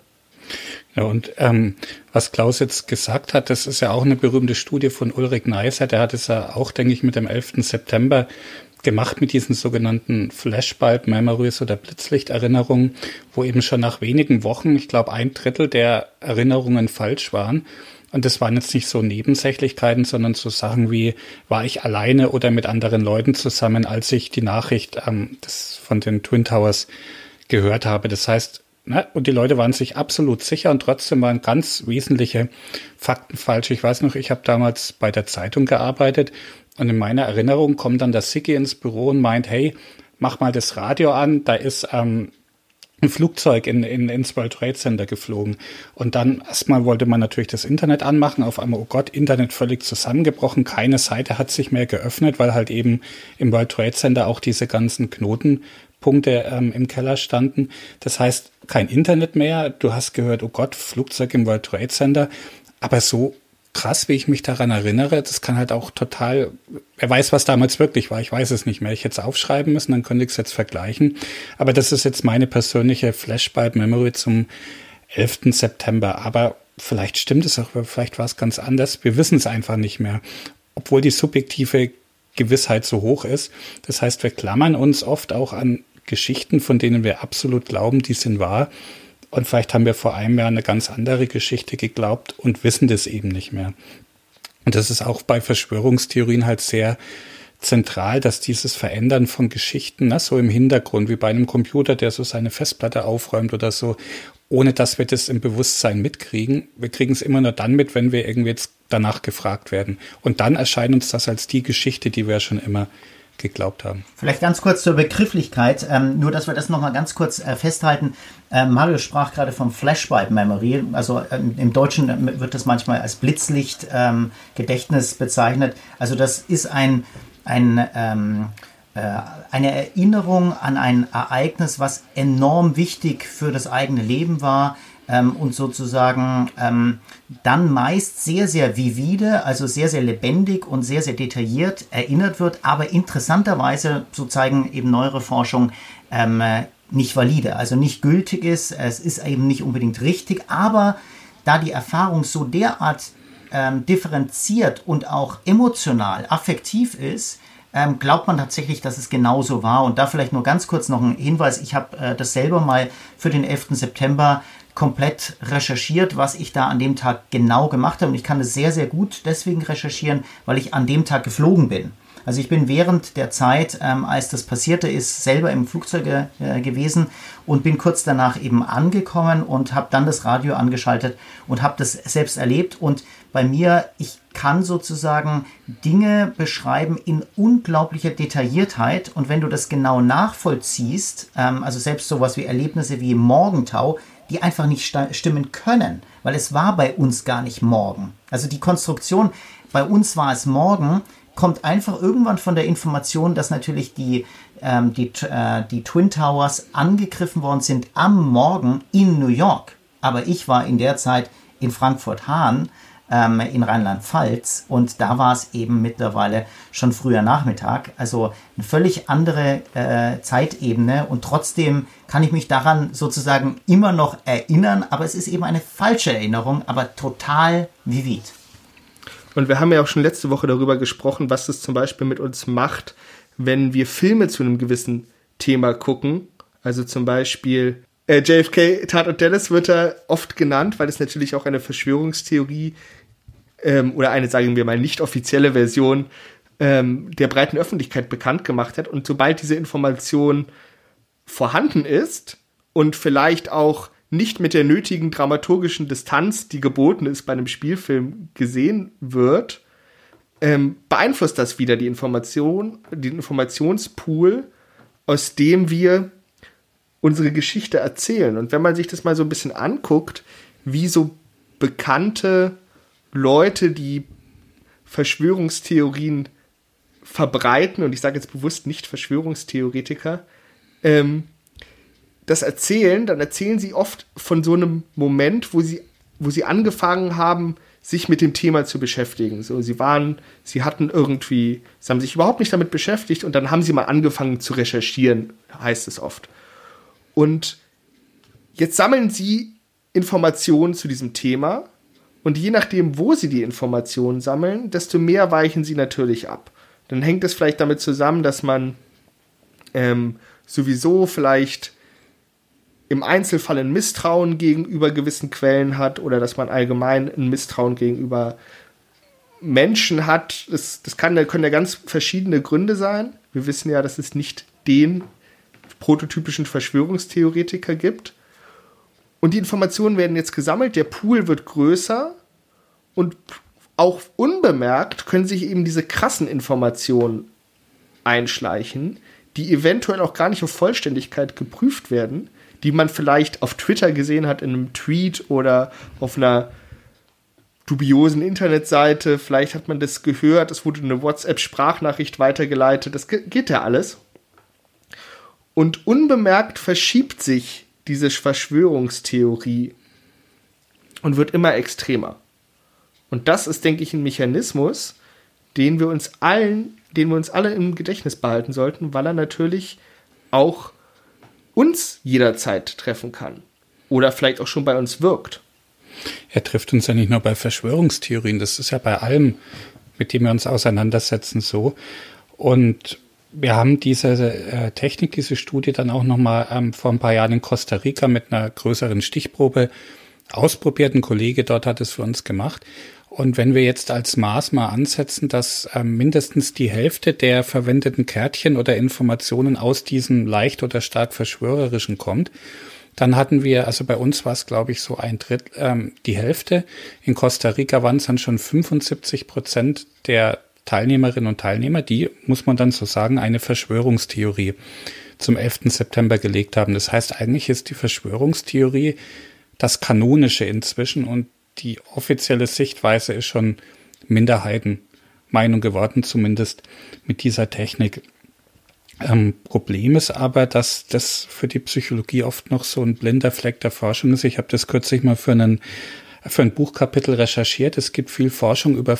Ja, und ähm, was Klaus jetzt gesagt hat, das ist ja auch eine berühmte Studie von Ulrich Neisser, der hat es ja auch, denke ich, mit dem elften September gemacht, mit diesen sogenannten Flashbulb-Memories oder Blitzlichterinnerungen, wo eben schon nach wenigen Wochen, ich glaube, ein Drittel der Erinnerungen falsch waren. Und das waren jetzt nicht so Nebensächlichkeiten, sondern so Sachen wie, war ich alleine oder mit anderen Leuten zusammen, als ich die Nachricht ähm, das von den Twin Towers gehört habe. Das heißt, ne, und die Leute waren sich absolut sicher und trotzdem waren ganz wesentliche Fakten falsch. Ich weiß noch, ich habe damals bei der Zeitung gearbeitet und in meiner Erinnerung kommt dann der Sigi ins Büro und meint, hey, mach mal das Radio an, da ist ähm, ein Flugzeug in, in, ins World Trade Center geflogen. Und dann erstmal wollte man natürlich das Internet anmachen. Auf einmal, oh Gott, Internet völlig zusammengebrochen. Keine Seite hat sich mehr geöffnet, weil halt eben im World Trade Center auch diese ganzen Knotenpunkte ähm, im Keller standen. Das heißt, kein Internet mehr. Du hast gehört, oh Gott, Flugzeug im World Trade Center. Aber so krass, wie ich mich daran erinnere, das kann halt auch total, wer weiß, was damals wirklich war, ich weiß es nicht mehr. Ich hätte es aufschreiben müssen, dann könnte ich es jetzt vergleichen. Aber das ist jetzt meine persönliche Flashbulb-Memory zum elften September. Aber vielleicht stimmt es auch, vielleicht war es ganz anders. Wir wissen es einfach nicht mehr, obwohl die subjektive Gewissheit so hoch ist. Das heißt, wir klammern uns oft auch an Geschichten, von denen wir absolut glauben, die sind wahr. Und vielleicht haben wir vor einem Jahr eine ganz andere Geschichte geglaubt und wissen das eben nicht mehr. Und das ist auch bei Verschwörungstheorien halt sehr zentral, dass dieses Verändern von Geschichten, ne, so im Hintergrund, wie bei einem Computer, der so seine Festplatte aufräumt oder so, ohne dass wir das im Bewusstsein mitkriegen. Wir kriegen es immer nur dann mit, wenn wir irgendwie jetzt danach gefragt werden. Und dann erscheint uns das als die Geschichte, die wir schon immer geglaubt haben. Vielleicht ganz kurz zur Begrifflichkeit, ähm, nur dass wir das nochmal ganz kurz äh, festhalten. Ähm, Mario sprach gerade vom Flashbulb-Memory, also ähm, im Deutschen wird das manchmal als Blitzlicht-Gedächtnis ähm, bezeichnet. Also das ist ein, ein, ähm, äh, eine Erinnerung an ein Ereignis, was enorm wichtig für das eigene Leben war, ähm, und sozusagen ähm, dann meist sehr, sehr vivide, also sehr, sehr lebendig und sehr, sehr detailliert erinnert wird, aber interessanterweise, so zeigen eben neuere Forschung, ähm, nicht valide, also nicht gültig ist, es ist eben nicht unbedingt richtig, aber da die Erfahrung so derart ähm, differenziert und auch emotional, affektiv ist, ähm, glaubt man tatsächlich, dass es genauso war. Und da vielleicht nur ganz kurz noch ein Hinweis, ich habe äh, das selber mal für den elften September komplett recherchiert, was ich da an dem Tag genau gemacht habe. Und ich kann das sehr, sehr gut deswegen recherchieren, weil ich an dem Tag geflogen bin. Also ich bin während der Zeit, ähm, als das passierte ist, selber im Flugzeug äh, gewesen und bin kurz danach eben angekommen und habe dann das Radio angeschaltet und habe das selbst erlebt. Und bei mir, ich kann sozusagen Dinge beschreiben in unglaublicher Detailliertheit. Und wenn du das genau nachvollziehst, ähm, also selbst sowas wie Erlebnisse wie Morgentau, die einfach nicht sta- stimmen können, weil es war bei uns gar nicht morgen. Also die Konstruktion, bei uns war es morgen, kommt einfach irgendwann von der Information, dass natürlich die, ähm, die, äh, die Twin Towers angegriffen worden sind am Morgen in New York. Aber ich war in der Zeit in Frankfurt-Hahn ähm, in Rheinland-Pfalz und da war es eben mittlerweile schon früher Nachmittag. Also eine völlig andere äh, Zeitebene und trotzdem kann ich mich daran sozusagen immer noch erinnern, aber es ist eben eine falsche Erinnerung, aber total vivid. Und wir haben ja auch schon letzte Woche darüber gesprochen, was das zum Beispiel mit uns macht, wenn wir Filme zu einem gewissen Thema gucken. Also zum Beispiel äh, J F K, Tatort Dallas wird da oft genannt, weil es natürlich auch eine Verschwörungstheorie ähm, oder eine, sagen wir mal, nicht offizielle Version ähm, der breiten Öffentlichkeit bekannt gemacht hat. Und sobald diese Information vorhanden ist und vielleicht auch nicht mit der nötigen dramaturgischen Distanz, die geboten ist bei einem Spielfilm, gesehen wird, ähm, beeinflusst das wieder die Information, den Informationspool, aus dem wir unsere Geschichte erzählen. Und wenn man sich das mal so ein bisschen anguckt, wie so bekannte Leute, die Verschwörungstheorien verbreiten, und ich sage jetzt bewusst nicht Verschwörungstheoretiker, ähm, das erzählen, dann erzählen sie oft von so einem Moment, wo sie, wo sie angefangen haben, sich mit dem Thema zu beschäftigen. So, sie waren, sie hatten irgendwie, sie haben sich überhaupt nicht damit beschäftigt und dann haben sie mal angefangen zu recherchieren, heißt es oft. Und jetzt sammeln sie Informationen zu diesem Thema und je nachdem, wo sie die Informationen sammeln, desto mehr weichen sie natürlich ab. Dann hängt es vielleicht damit zusammen, dass man ähm, sowieso vielleicht im Einzelfall ein Misstrauen gegenüber gewissen Quellen hat oder dass man allgemein ein Misstrauen gegenüber Menschen hat. Das, das kann, können ja ganz verschiedene Gründe sein. Wir wissen ja, dass es nicht den prototypischen Verschwörungstheoretiker gibt. Und die Informationen werden jetzt gesammelt, der Pool wird größer und auch unbemerkt können sich eben diese krassen Informationen einschleichen, die eventuell auch gar nicht auf Vollständigkeit geprüft werden, die man vielleicht auf Twitter gesehen hat, in einem Tweet oder auf einer dubiosen Internetseite. Vielleicht hat man das gehört, es wurde eine WhatsApp-Sprachnachricht weitergeleitet. Das geht ja alles. Und unbemerkt verschiebt sich diese Verschwörungstheorie und wird immer extremer. Und das ist, denke ich, ein Mechanismus, den wir uns allen, den wir uns alle im Gedächtnis behalten sollten, weil er natürlich auch uns jederzeit treffen kann. Oder vielleicht auch schon bei uns wirkt. Er trifft uns ja nicht nur bei Verschwörungstheorien, das ist ja bei allem, mit dem wir uns auseinandersetzen, so. Und wir haben diese äh, Technik, diese Studie dann auch nochmal ähm, vor ein paar Jahren in Costa Rica mit einer größeren Stichprobe ausprobiert. Ein Kollege dort hat es für uns gemacht. Und wenn wir jetzt als Maß mal ansetzen, dass ähm, mindestens die Hälfte der verwendeten Kärtchen oder Informationen aus diesem leicht oder stark verschwörerischen kommt, dann hatten wir, also bei uns war es, glaube ich, so ein Drittel, ähm, die Hälfte. In Costa Rica waren es dann schon fünfundsiebzig Prozent der Teilnehmerinnen und Teilnehmer, die, muss man dann so sagen, eine Verschwörungstheorie zum elften September gelegt haben. Das heißt, eigentlich ist die Verschwörungstheorie das Kanonische inzwischen und die offizielle Sichtweise ist schon Minderheitenmeinung geworden, zumindest mit dieser Technik. Ähm, Problem ist aber, dass das für die Psychologie oft noch so ein blinder Fleck der Forschung ist. Ich habe das kürzlich mal für, einen, für ein Buchkapitel recherchiert. Es gibt viel Forschung über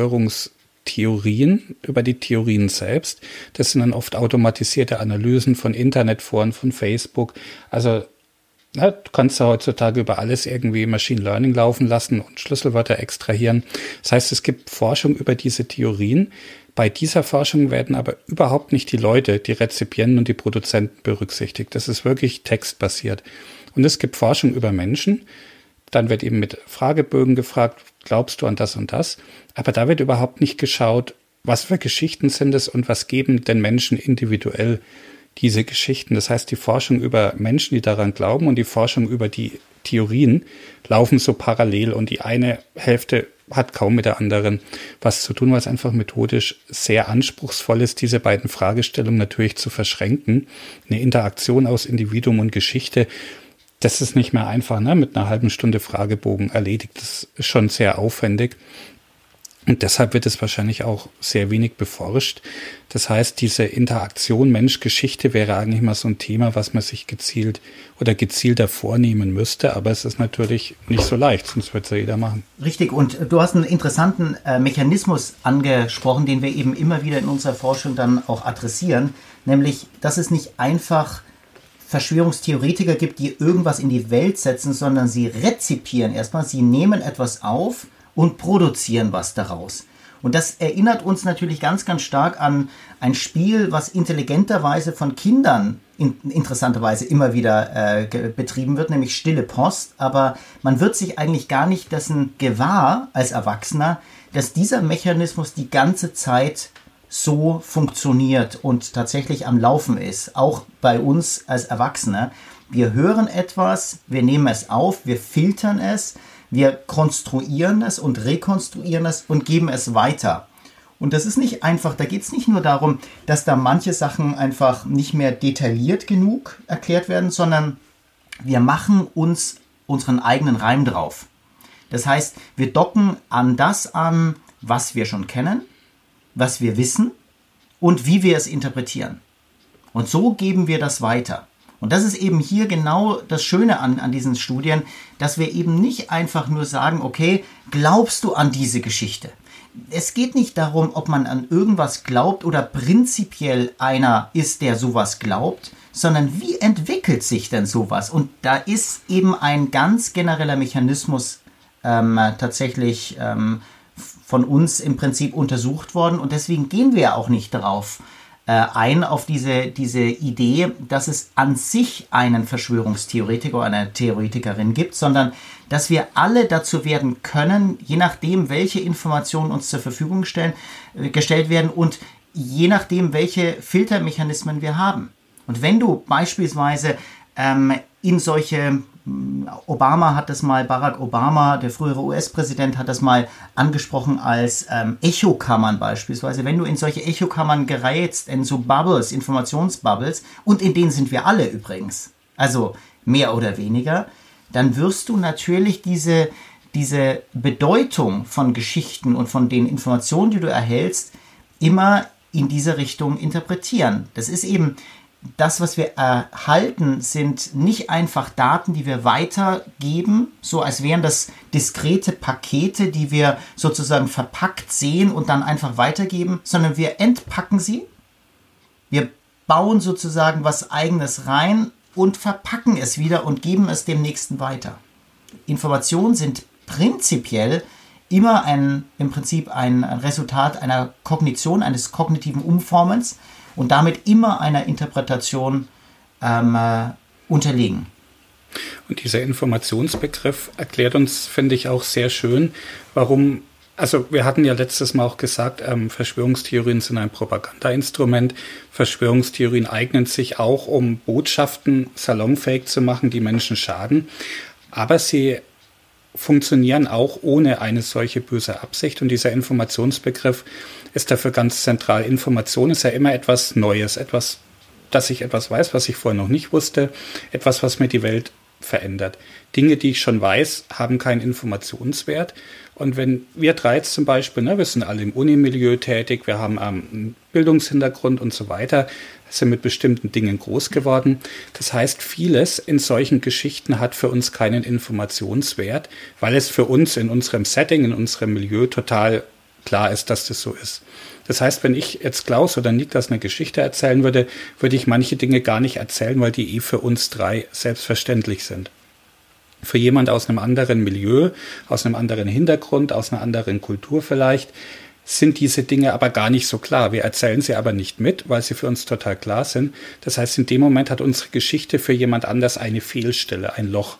Verschwörungstheorien, über die Theorien selbst. Das sind dann oft automatisierte Analysen von Internetforen, von Facebook. Also na, du kannst ja heutzutage über alles irgendwie Machine Learning laufen lassen und Schlüsselwörter extrahieren. Das heißt, es gibt Forschung über diese Theorien. Bei dieser Forschung werden aber überhaupt nicht die Leute, die Rezipienten und die Produzenten berücksichtigt. Das ist wirklich textbasiert. Und es gibt Forschung über Menschen. Dann wird eben mit Fragebögen gefragt, glaubst du an das und das? Aber da wird überhaupt nicht geschaut, was für Geschichten sind es und was geben den Menschen individuell diese Geschichten. Das heißt, die Forschung über Menschen, die daran glauben und die Forschung über die Theorien laufen so parallel und die eine Hälfte hat kaum mit der anderen was zu tun, weil es einfach methodisch sehr anspruchsvoll ist, diese beiden Fragestellungen natürlich zu verschränken. Eine Interaktion aus Individuum und Geschichte, das ist nicht mehr einfach, ne, mit einer halben Stunde Fragebogen erledigt. Das ist schon sehr aufwendig. Und deshalb wird es wahrscheinlich auch sehr wenig beforscht. Das heißt, diese Interaktion Mensch-Geschichte wäre eigentlich mal so ein Thema, was man sich gezielt oder gezielter vornehmen müsste. Aber es ist natürlich nicht so leicht, sonst wird es ja jeder machen. Richtig. Und du hast einen interessanten äh, Mechanismus angesprochen, den wir eben immer wieder in unserer Forschung dann auch adressieren. Nämlich, dass es nicht einfach Verschwörungstheoretiker gibt, die irgendwas in die Welt setzen, sondern sie rezipieren erstmal, sie nehmen etwas auf und produzieren was daraus. Und das erinnert uns natürlich ganz, ganz stark an ein Spiel, was intelligenterweise von Kindern in, interessanterweise immer wieder äh, ge- betrieben wird, nämlich Stille Post. Aber man wird sich eigentlich gar nicht dessen gewahr als Erwachsener, dass dieser Mechanismus die ganze Zeit so funktioniert und tatsächlich am Laufen ist. Auch bei uns als Erwachsene. Wir hören etwas, wir nehmen es auf, wir filtern es, wir konstruieren es und rekonstruieren es und geben es weiter. Und das ist nicht einfach, da geht es nicht nur darum, dass da manche Sachen einfach nicht mehr detailliert genug erklärt werden, sondern wir machen uns unseren eigenen Reim drauf. Das heißt, wir docken an das an, was wir schon kennen, was wir wissen und wie wir es interpretieren. Und so geben wir das weiter. Und das ist eben hier genau das Schöne an, an diesen Studien, dass wir eben nicht einfach nur sagen, okay, glaubst du an diese Geschichte? Es geht nicht darum, ob man an irgendwas glaubt oder prinzipiell einer ist, der sowas glaubt, sondern wie entwickelt sich denn sowas? Und da ist eben ein ganz genereller Mechanismus ähm, tatsächlich ähm, von uns im Prinzip untersucht worden und deswegen gehen wir auch nicht darauf ein auf diese, diese Idee, dass es an sich einen Verschwörungstheoretiker oder eine Theoretikerin gibt, sondern dass wir alle dazu werden können, je nachdem, welche Informationen uns zur Verfügung stellen, äh, gestellt werden und je nachdem, welche Filtermechanismen wir haben. Und wenn du beispielsweise ähm, in solche, Obama hat das mal, Barack Obama, der frühere U S-Präsident, hat das mal angesprochen als ähm, Echokammern beispielsweise. Wenn du in solche Echokammern gerätst, in so Bubbles, Informationsbubbles, und in denen sind wir alle übrigens, also mehr oder weniger, dann wirst du natürlich diese, diese Bedeutung von Geschichten und von den Informationen, die du erhältst, immer in diese Richtung interpretieren. Das ist eben das, was wir erhalten, sind nicht einfach Daten, die wir weitergeben, so als wären das diskrete Pakete, die wir sozusagen verpackt sehen und dann einfach weitergeben, sondern wir entpacken sie, wir bauen sozusagen was Eigenes rein und verpacken es wieder und geben es dem Nächsten weiter. Informationen sind prinzipiell immer ein, im Prinzip ein Resultat einer Kognition, eines kognitiven Umformens, und damit immer einer Interpretation ähm, äh, unterliegen. Und dieser Informationsbegriff erklärt uns, finde ich, auch sehr schön, warum, also wir hatten ja letztes Mal auch gesagt, ähm, Verschwörungstheorien sind ein Propagandainstrument. Verschwörungstheorien eignen sich auch, um Botschaften salonfähig zu machen, die Menschen schaden. Aber sie funktionieren auch ohne eine solche böse Absicht. Und dieser Informationsbegriff ist dafür ganz zentral. Information ist ja immer etwas Neues, etwas, dass ich etwas weiß, was ich vorher noch nicht wusste, etwas, was mir die Welt verändert. Dinge, die ich schon weiß, haben keinen Informationswert. Und wenn wir drei jetzt zum Beispiel, ne, wir sind alle im Unimilieu tätig, wir haben ähm, einen Bildungshintergrund und so weiter, sind mit bestimmten Dingen groß geworden. Das heißt, vieles in solchen Geschichten hat für uns keinen Informationswert, weil es für uns in unserem Setting, in unserem Milieu total klar ist, dass das so ist. Das heißt, wenn ich jetzt Klaus oder Niklas eine Geschichte erzählen würde, würde ich manche Dinge gar nicht erzählen, weil die eh für uns drei selbstverständlich sind. Für jemand aus einem anderen Milieu, aus einem anderen Hintergrund, aus einer anderen Kultur vielleicht, sind diese Dinge aber gar nicht so klar. Wir erzählen sie aber nicht mit, weil sie für uns total klar sind. Das heißt, in dem Moment hat unsere Geschichte für jemand anders eine Fehlstelle, ein Loch.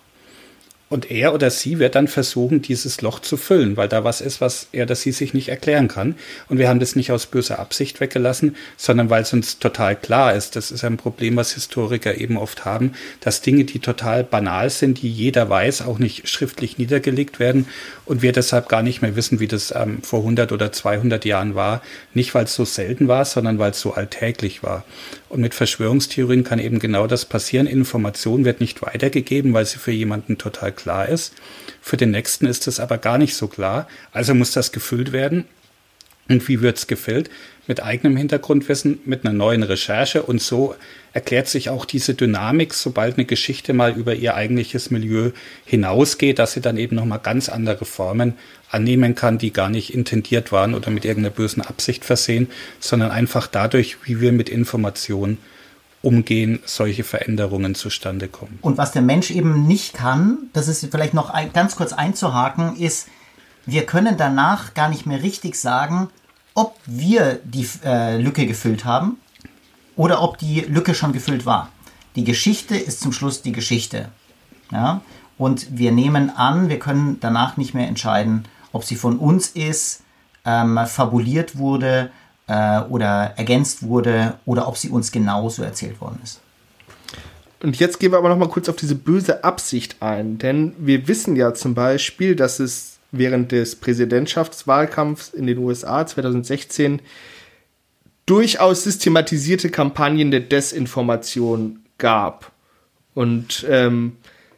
Und er oder sie wird dann versuchen, dieses Loch zu füllen, weil da was ist, was er oder sie sich nicht erklären kann. Und wir haben das nicht aus böser Absicht weggelassen, sondern weil es uns total klar ist. Das ist ein Problem, was Historiker eben oft haben, dass Dinge, die total banal sind, die jeder weiß, auch nicht schriftlich niedergelegt werden und wir deshalb gar nicht mehr wissen, wie das ähm, vor hundert oder zweihundert Jahren war. Nicht, weil es so selten war, sondern weil es so alltäglich war. Und mit Verschwörungstheorien kann eben genau das passieren. Information wird nicht weitergegeben, weil sie für jemanden total klar ist. Für den Nächsten ist es aber gar nicht so klar. Also muss das gefüllt werden. Und wie wird's gefüllt? Mit eigenem Hintergrundwissen, mit einer neuen Recherche. Und so erklärt sich auch diese Dynamik, sobald eine Geschichte mal über ihr eigentliches Milieu hinausgeht, dass sie dann eben nochmal ganz andere Formen annehmen kann, die gar nicht intendiert waren oder mit irgendeiner bösen Absicht versehen, sondern einfach dadurch, wie wir mit Informationen umgehen, solche Veränderungen zustande kommen. Und was der Mensch eben nicht kann, das ist vielleicht noch ein, ganz kurz einzuhaken, ist, wir können danach gar nicht mehr richtig sagen, ob wir die äh, Lücke gefüllt haben oder ob die Lücke schon gefüllt war. Die Geschichte ist zum Schluss die Geschichte. Ja? Und wir nehmen an, wir können danach nicht mehr entscheiden, ob sie von uns ist, ähm, fabuliert wurde äh, oder ergänzt wurde oder ob sie uns genauso erzählt worden ist. Und jetzt gehen wir aber noch mal kurz auf diese böse Absicht ein, denn wir wissen ja zum Beispiel, dass es während des Präsidentschaftswahlkampfs in den U S A zwanzig sechzehn durchaus systematisierte Kampagnen der Desinformation gab. Und ähm,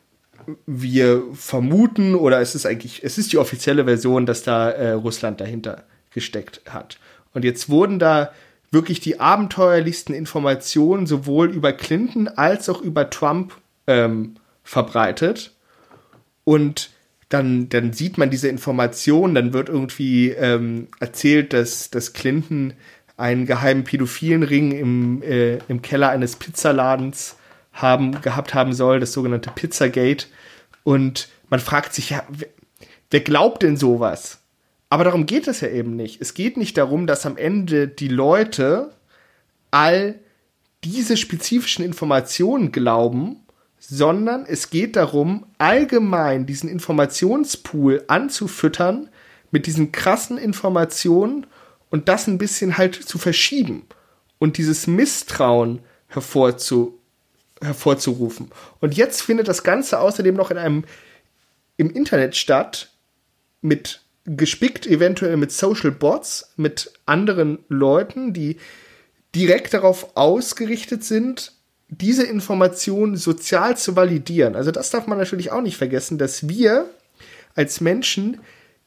wir vermuten, oder es ist eigentlich, es ist die offizielle Version, dass da äh, Russland dahinter gesteckt hat. Und jetzt wurden da wirklich die abenteuerlichsten Informationen sowohl über Clinton als auch über Trump ähm, verbreitet. Und Dann, dann sieht man diese Information, dann wird irgendwie ähm, erzählt, dass, dass Clinton einen geheimen pädophilen Ring im, äh, im Keller eines Pizzaladens haben, gehabt haben soll, das sogenannte Pizzagate. Und man fragt sich, ja, wer, wer glaubt denn sowas? Aber darum geht es ja eben nicht. Es geht nicht darum, dass am Ende die Leute all diese spezifischen Informationen glauben, sondern es geht darum, allgemein diesen Informationspool anzufüttern mit diesen krassen Informationen und das ein bisschen halt zu verschieben und dieses Misstrauen hervorzu, hervorzurufen. Und jetzt findet das Ganze außerdem noch in einem im Internet statt, mit gespickt eventuell mit Social Bots, mit anderen Leuten, die direkt darauf ausgerichtet sind, diese Informationen sozial zu validieren. Also das darf man natürlich auch nicht vergessen, dass wir als Menschen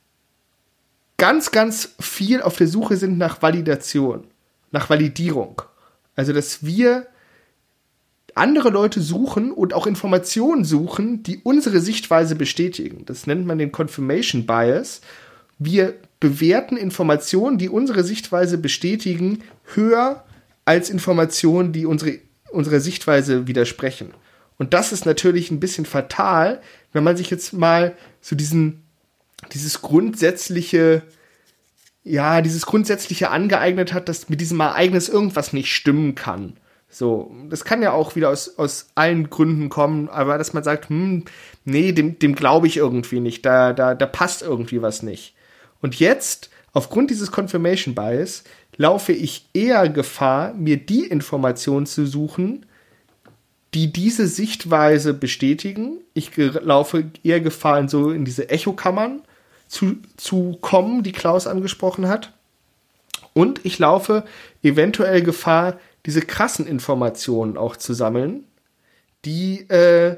ganz, ganz viel auf der Suche sind nach Validation, nach Validierung. Also dass wir andere Leute suchen und auch Informationen suchen, die unsere Sichtweise bestätigen. Das nennt man den Confirmation Bias. Wir bewerten Informationen, die unsere Sichtweise bestätigen, höher als Informationen, die unsere unserer Sichtweise widersprechen. Und das ist natürlich ein bisschen fatal, wenn man sich jetzt mal so diesen, dieses grundsätzliche, ja, dieses grundsätzliche angeeignet hat, dass mit diesem Ereignis irgendwas nicht stimmen kann. So, das kann ja auch wieder aus, aus allen Gründen kommen, aber dass man sagt, hm, nee, dem, dem glaube ich irgendwie nicht, da, da, da passt irgendwie was nicht. Und jetzt, aufgrund dieses Confirmation Bias, laufe ich eher Gefahr, mir die Informationen zu suchen, die diese Sichtweise bestätigen. Ich ge- laufe eher Gefahr, in so in diese Echokammern zu, zu kommen, die Klaus angesprochen hat. Und ich laufe eventuell Gefahr, diese krassen Informationen auch zu sammeln, die äh,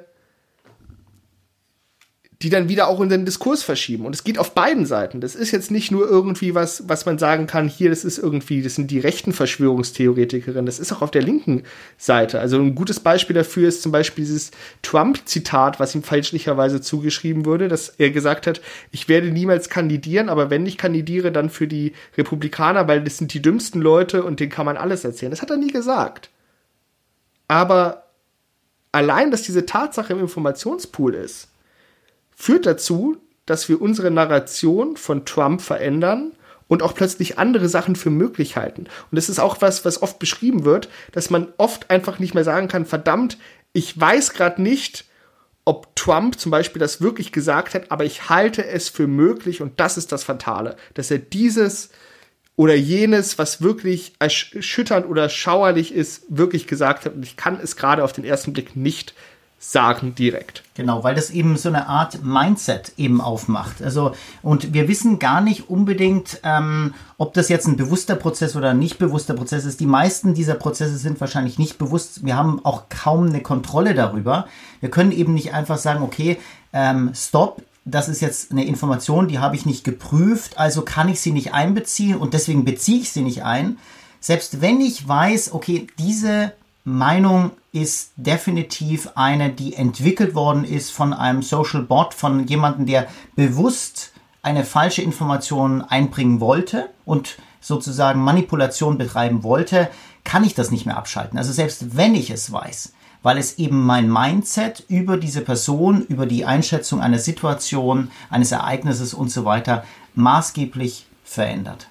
die dann wieder auch in den Diskurs verschieben. Und es geht auf beiden Seiten. Das ist jetzt nicht nur irgendwie was, was man sagen kann, hier, das ist irgendwie, das sind die rechten Verschwörungstheoretikerinnen. Das ist auch auf der linken Seite. Also ein gutes Beispiel dafür ist zum Beispiel dieses Trump-Zitat, was ihm fälschlicherweise zugeschrieben wurde, dass er gesagt hat, ich werde niemals kandidieren, aber wenn ich kandidiere, dann für die Republikaner, weil das sind die dümmsten Leute und denen kann man alles erzählen. Das hat er nie gesagt. Aber allein, dass diese Tatsache im Informationspool ist, führt dazu, dass wir unsere Narration von Trump verändern und auch plötzlich andere Sachen für möglich halten. Und das ist auch was, was oft beschrieben wird, dass man oft einfach nicht mehr sagen kann, verdammt, ich weiß gerade nicht, ob Trump zum Beispiel das wirklich gesagt hat, aber ich halte es für möglich und das ist das Fatale, dass er dieses oder jenes, was wirklich erschütternd oder schauerlich ist, wirklich gesagt hat und ich kann es gerade auf den ersten Blick nicht sagen direkt. Genau, weil das eben so eine Art Mindset eben aufmacht. Also, und wir wissen gar nicht unbedingt, ähm, ob das jetzt ein bewusster Prozess oder ein nicht bewusster Prozess ist. Die meisten dieser Prozesse sind wahrscheinlich nicht bewusst. Wir haben auch kaum eine Kontrolle darüber. Wir können eben nicht einfach sagen, okay, ähm, stopp, das ist jetzt eine Information, die habe ich nicht geprüft, also kann ich sie nicht einbeziehen und deswegen beziehe ich sie nicht ein. Selbst wenn ich weiß, okay, diese Meinung ist definitiv eine, die entwickelt worden ist von einem Social Bot, von jemandem, der bewusst eine falsche Information einbringen wollte und sozusagen Manipulation betreiben wollte, kann ich das nicht mehr abschalten. Also selbst wenn ich es weiß, weil es eben mein Mindset über diese Person, über die Einschätzung einer Situation, eines Ereignisses und so weiter maßgeblich verändert.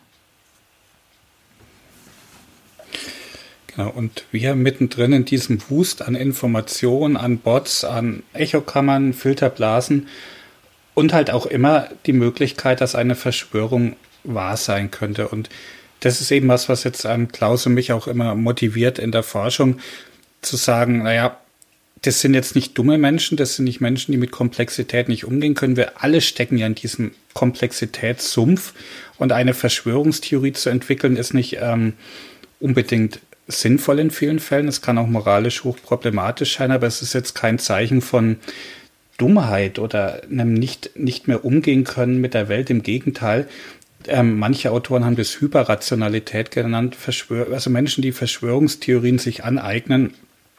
Genau, und wir mittendrin in diesem Wust an Informationen, an Bots, an Echokammern, Filterblasen und halt auch immer die Möglichkeit, dass eine Verschwörung wahr sein könnte. Und das ist eben was, was jetzt ähm, Klaus und mich auch immer motiviert in der Forschung, zu sagen, naja, das sind jetzt nicht dumme Menschen, das sind nicht Menschen, die mit Komplexität nicht umgehen können. Wir alle stecken ja in diesem Komplexitätssumpf und eine Verschwörungstheorie zu entwickeln, ist nicht ähm, unbedingt sinnvoll in vielen Fällen. Es kann auch moralisch hochproblematisch sein, aber es ist jetzt kein Zeichen von Dummheit oder einem nicht, nicht mehr umgehen können mit der Welt. Im Gegenteil, ähm, manche Autoren haben das Hyperrationalität genannt, Verschwör- also Menschen, die Verschwörungstheorien sich aneignen.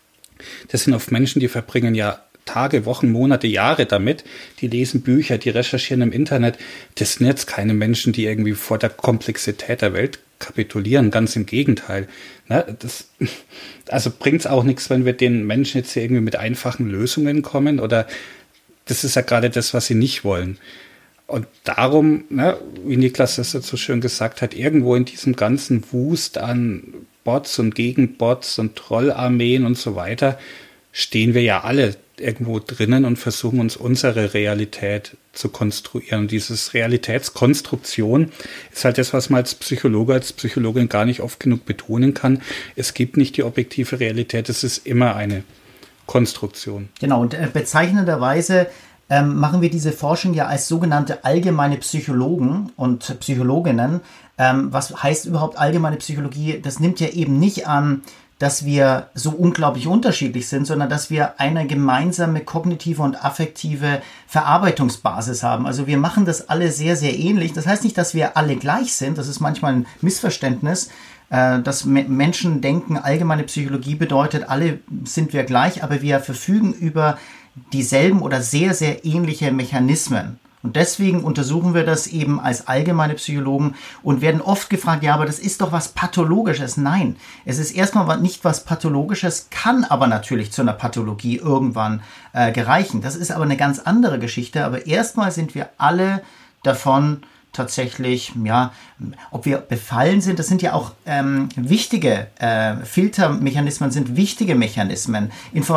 Das sind oft Menschen, die verbringen ja Tage, Wochen, Monate, Jahre damit. Die lesen Bücher, die recherchieren im Internet. Das sind jetzt keine Menschen, die irgendwie vor der Komplexität der Welt kapitulieren. Ganz im Gegenteil. Ne, das, also bringt es auch nichts, wenn wir den Menschen jetzt hier irgendwie mit einfachen Lösungen kommen. Oder das ist ja gerade das, was sie nicht wollen. Und darum, ne, wie Niklas das jetzt so schön gesagt hat, irgendwo in diesem ganzen Wust an Bots und Gegenbots und Trollarmeen und so weiter, stehen wir ja alle irgendwo drinnen und versuchen uns unsere Realität zu konstruieren. Und dieses Realitätskonstruktion ist halt das, was man als Psychologe, als Psychologin gar nicht oft genug betonen kann. Es gibt nicht die objektive Realität, es ist immer eine Konstruktion. Genau, und äh, bezeichnenderweise ähm, machen wir diese Forschung ja als sogenannte allgemeine Psychologen und Psychologinnen. Ähm, was heißt überhaupt allgemeine Psychologie? Das nimmt ja eben nicht an, dass wir so unglaublich unterschiedlich sind, sondern dass wir eine gemeinsame kognitive und affektive Verarbeitungsbasis haben. Also wir machen das alle sehr, sehr ähnlich. Das heißt nicht, dass wir alle gleich sind. Das ist manchmal ein Missverständnis, dass Menschen denken, allgemeine Psychologie bedeutet, alle sind wir gleich, aber wir verfügen über dieselben oder sehr, sehr ähnliche Mechanismen. Und deswegen untersuchen wir das eben als allgemeine Psychologen und werden oft gefragt, ja, aber das ist doch was Pathologisches. Nein, es ist erstmal nicht was Pathologisches, kann aber natürlich zu einer Pathologie irgendwann äh, gereichen. Das ist aber eine ganz andere Geschichte. Aber erstmal sind wir alle davon tatsächlich, ja, ob wir befallen sind, das sind ja auch ähm, wichtige äh, Filtermechanismen, sind wichtige Mechanismen,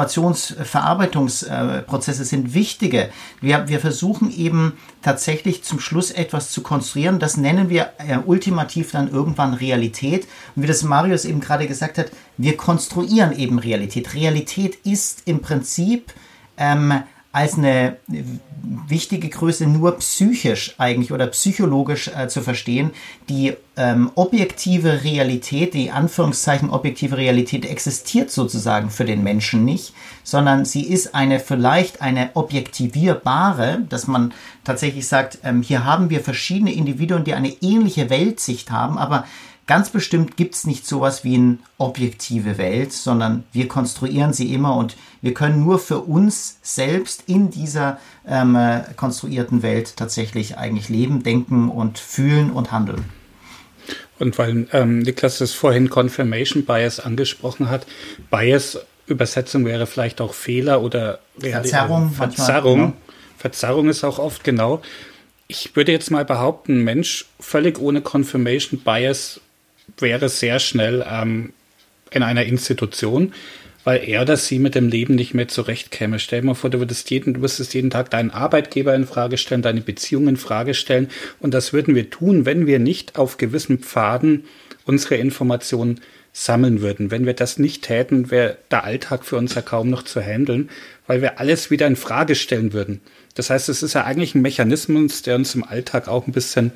Informationsverarbeitungsprozesse äh, sind wichtige. Wir, wir versuchen eben tatsächlich zum Schluss etwas zu konstruieren, das nennen wir äh, ultimativ dann irgendwann Realität. Und wie das Marius eben gerade gesagt hat, wir konstruieren eben Realität. Realität ist im Prinzip ähm, als eine wichtige Größe nur psychisch eigentlich oder psychologisch äh, zu verstehen. Die ähm, objektive Realität, die Anführungszeichen objektive Realität existiert sozusagen für den Menschen nicht, sondern sie ist eine vielleicht eine objektivierbare, dass man tatsächlich sagt, ähm, hier haben wir verschiedene Individuen, die eine ähnliche Weltsicht haben, aber ganz bestimmt gibt es nicht sowas wie eine objektive Welt, sondern wir konstruieren sie immer und wir können nur für uns selbst in dieser ähm, konstruierten Welt tatsächlich eigentlich leben, denken und fühlen und handeln. Und weil ähm, Niklas das vorhin Confirmation Bias angesprochen hat, Bias, Übersetzung wäre vielleicht auch Fehler oder Verzerrung. Verzerrung. Manchmal, genau. Verzerrung ist auch oft genau. Ich würde jetzt mal behaupten, ein Mensch völlig ohne Confirmation Bias wäre sehr schnell ähm, in einer Institution, weil er oder sie mit dem Leben nicht mehr zurechtkäme. Stell dir mal vor, du würdest jeden, du müsstest jeden Tag deinen Arbeitgeber in Frage stellen, deine Beziehungen in Frage stellen. Und das würden wir tun, wenn wir nicht auf gewissen Pfaden unsere Informationen sammeln würden. Wenn wir das nicht täten, wäre der Alltag für uns ja kaum noch zu handeln, weil wir alles wieder in Frage stellen würden. Das heißt, es ist ja eigentlich ein Mechanismus, der uns im Alltag auch ein bisschen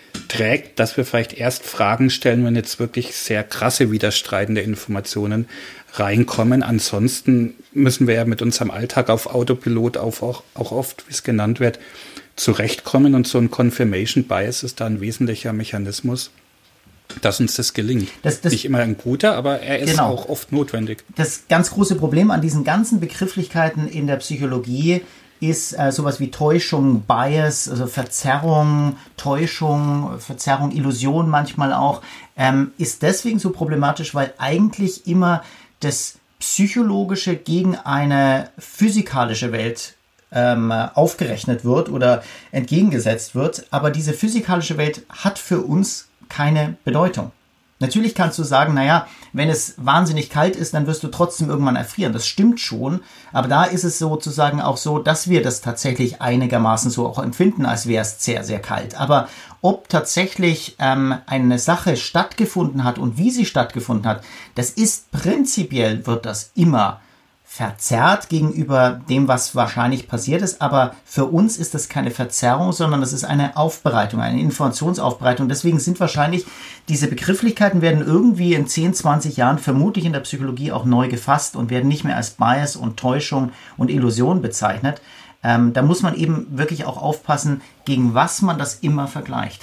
trägt, dass wir vielleicht erst Fragen stellen, wenn jetzt wirklich sehr krasse widerstreitende Informationen reinkommen. Ansonsten müssen wir ja mit unserem Alltag auf Autopilot, auf auch, auch oft, wie es genannt wird, zurechtkommen. Und so ein Confirmation Bias ist da ein wesentlicher Mechanismus, dass uns das gelingt. Das, das, Nicht immer ein guter, aber er ist genau. auch oft notwendig. Das ganz große Problem an diesen ganzen Begrifflichkeiten in der Psychologie ist äh, sowas wie Täuschung, Bias, also Verzerrung, Täuschung, Verzerrung, Illusion manchmal auch, ähm, ist deswegen so problematisch, weil eigentlich immer das Psychologische gegen eine physikalische Welt ähm, aufgerechnet wird oder entgegengesetzt wird. Aber diese physikalische Welt hat für uns keine Bedeutung. Natürlich kannst du sagen, naja, wenn es wahnsinnig kalt ist, dann wirst du trotzdem irgendwann erfrieren. Das stimmt schon, aber da ist es sozusagen auch so, dass wir das tatsächlich einigermaßen so auch empfinden, als wäre es sehr, sehr kalt. Aber ob tatsächlich ähm, eine Sache stattgefunden hat und wie sie stattgefunden hat, das ist prinzipiell, wird das immer verzerrt gegenüber dem, was wahrscheinlich passiert ist, aber für uns ist das keine Verzerrung, sondern das ist eine Aufbereitung, eine Informationsaufbereitung. Deswegen sind wahrscheinlich diese Begrifflichkeiten werden irgendwie in zehn, zwanzig Jahren vermutlich in der Psychologie auch neu gefasst und werden nicht mehr als Bias und Täuschung und Illusion bezeichnet. Ähm, da muss man eben wirklich auch aufpassen, gegen was man das immer vergleicht.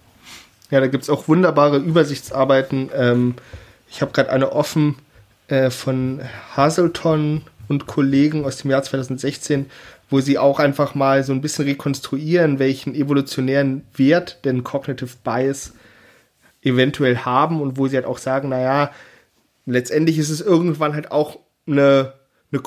Ja, da gibt es auch wunderbare Übersichtsarbeiten. Ähm, ich habe gerade eine offen, von Hazelton und Kollegen aus dem Jahr zwanzig sechzehn, wo sie auch einfach mal so ein bisschen rekonstruieren, welchen evolutionären Wert denn Cognitive Bias eventuell haben und wo sie halt auch sagen, naja, letztendlich ist es irgendwann halt auch eine, eine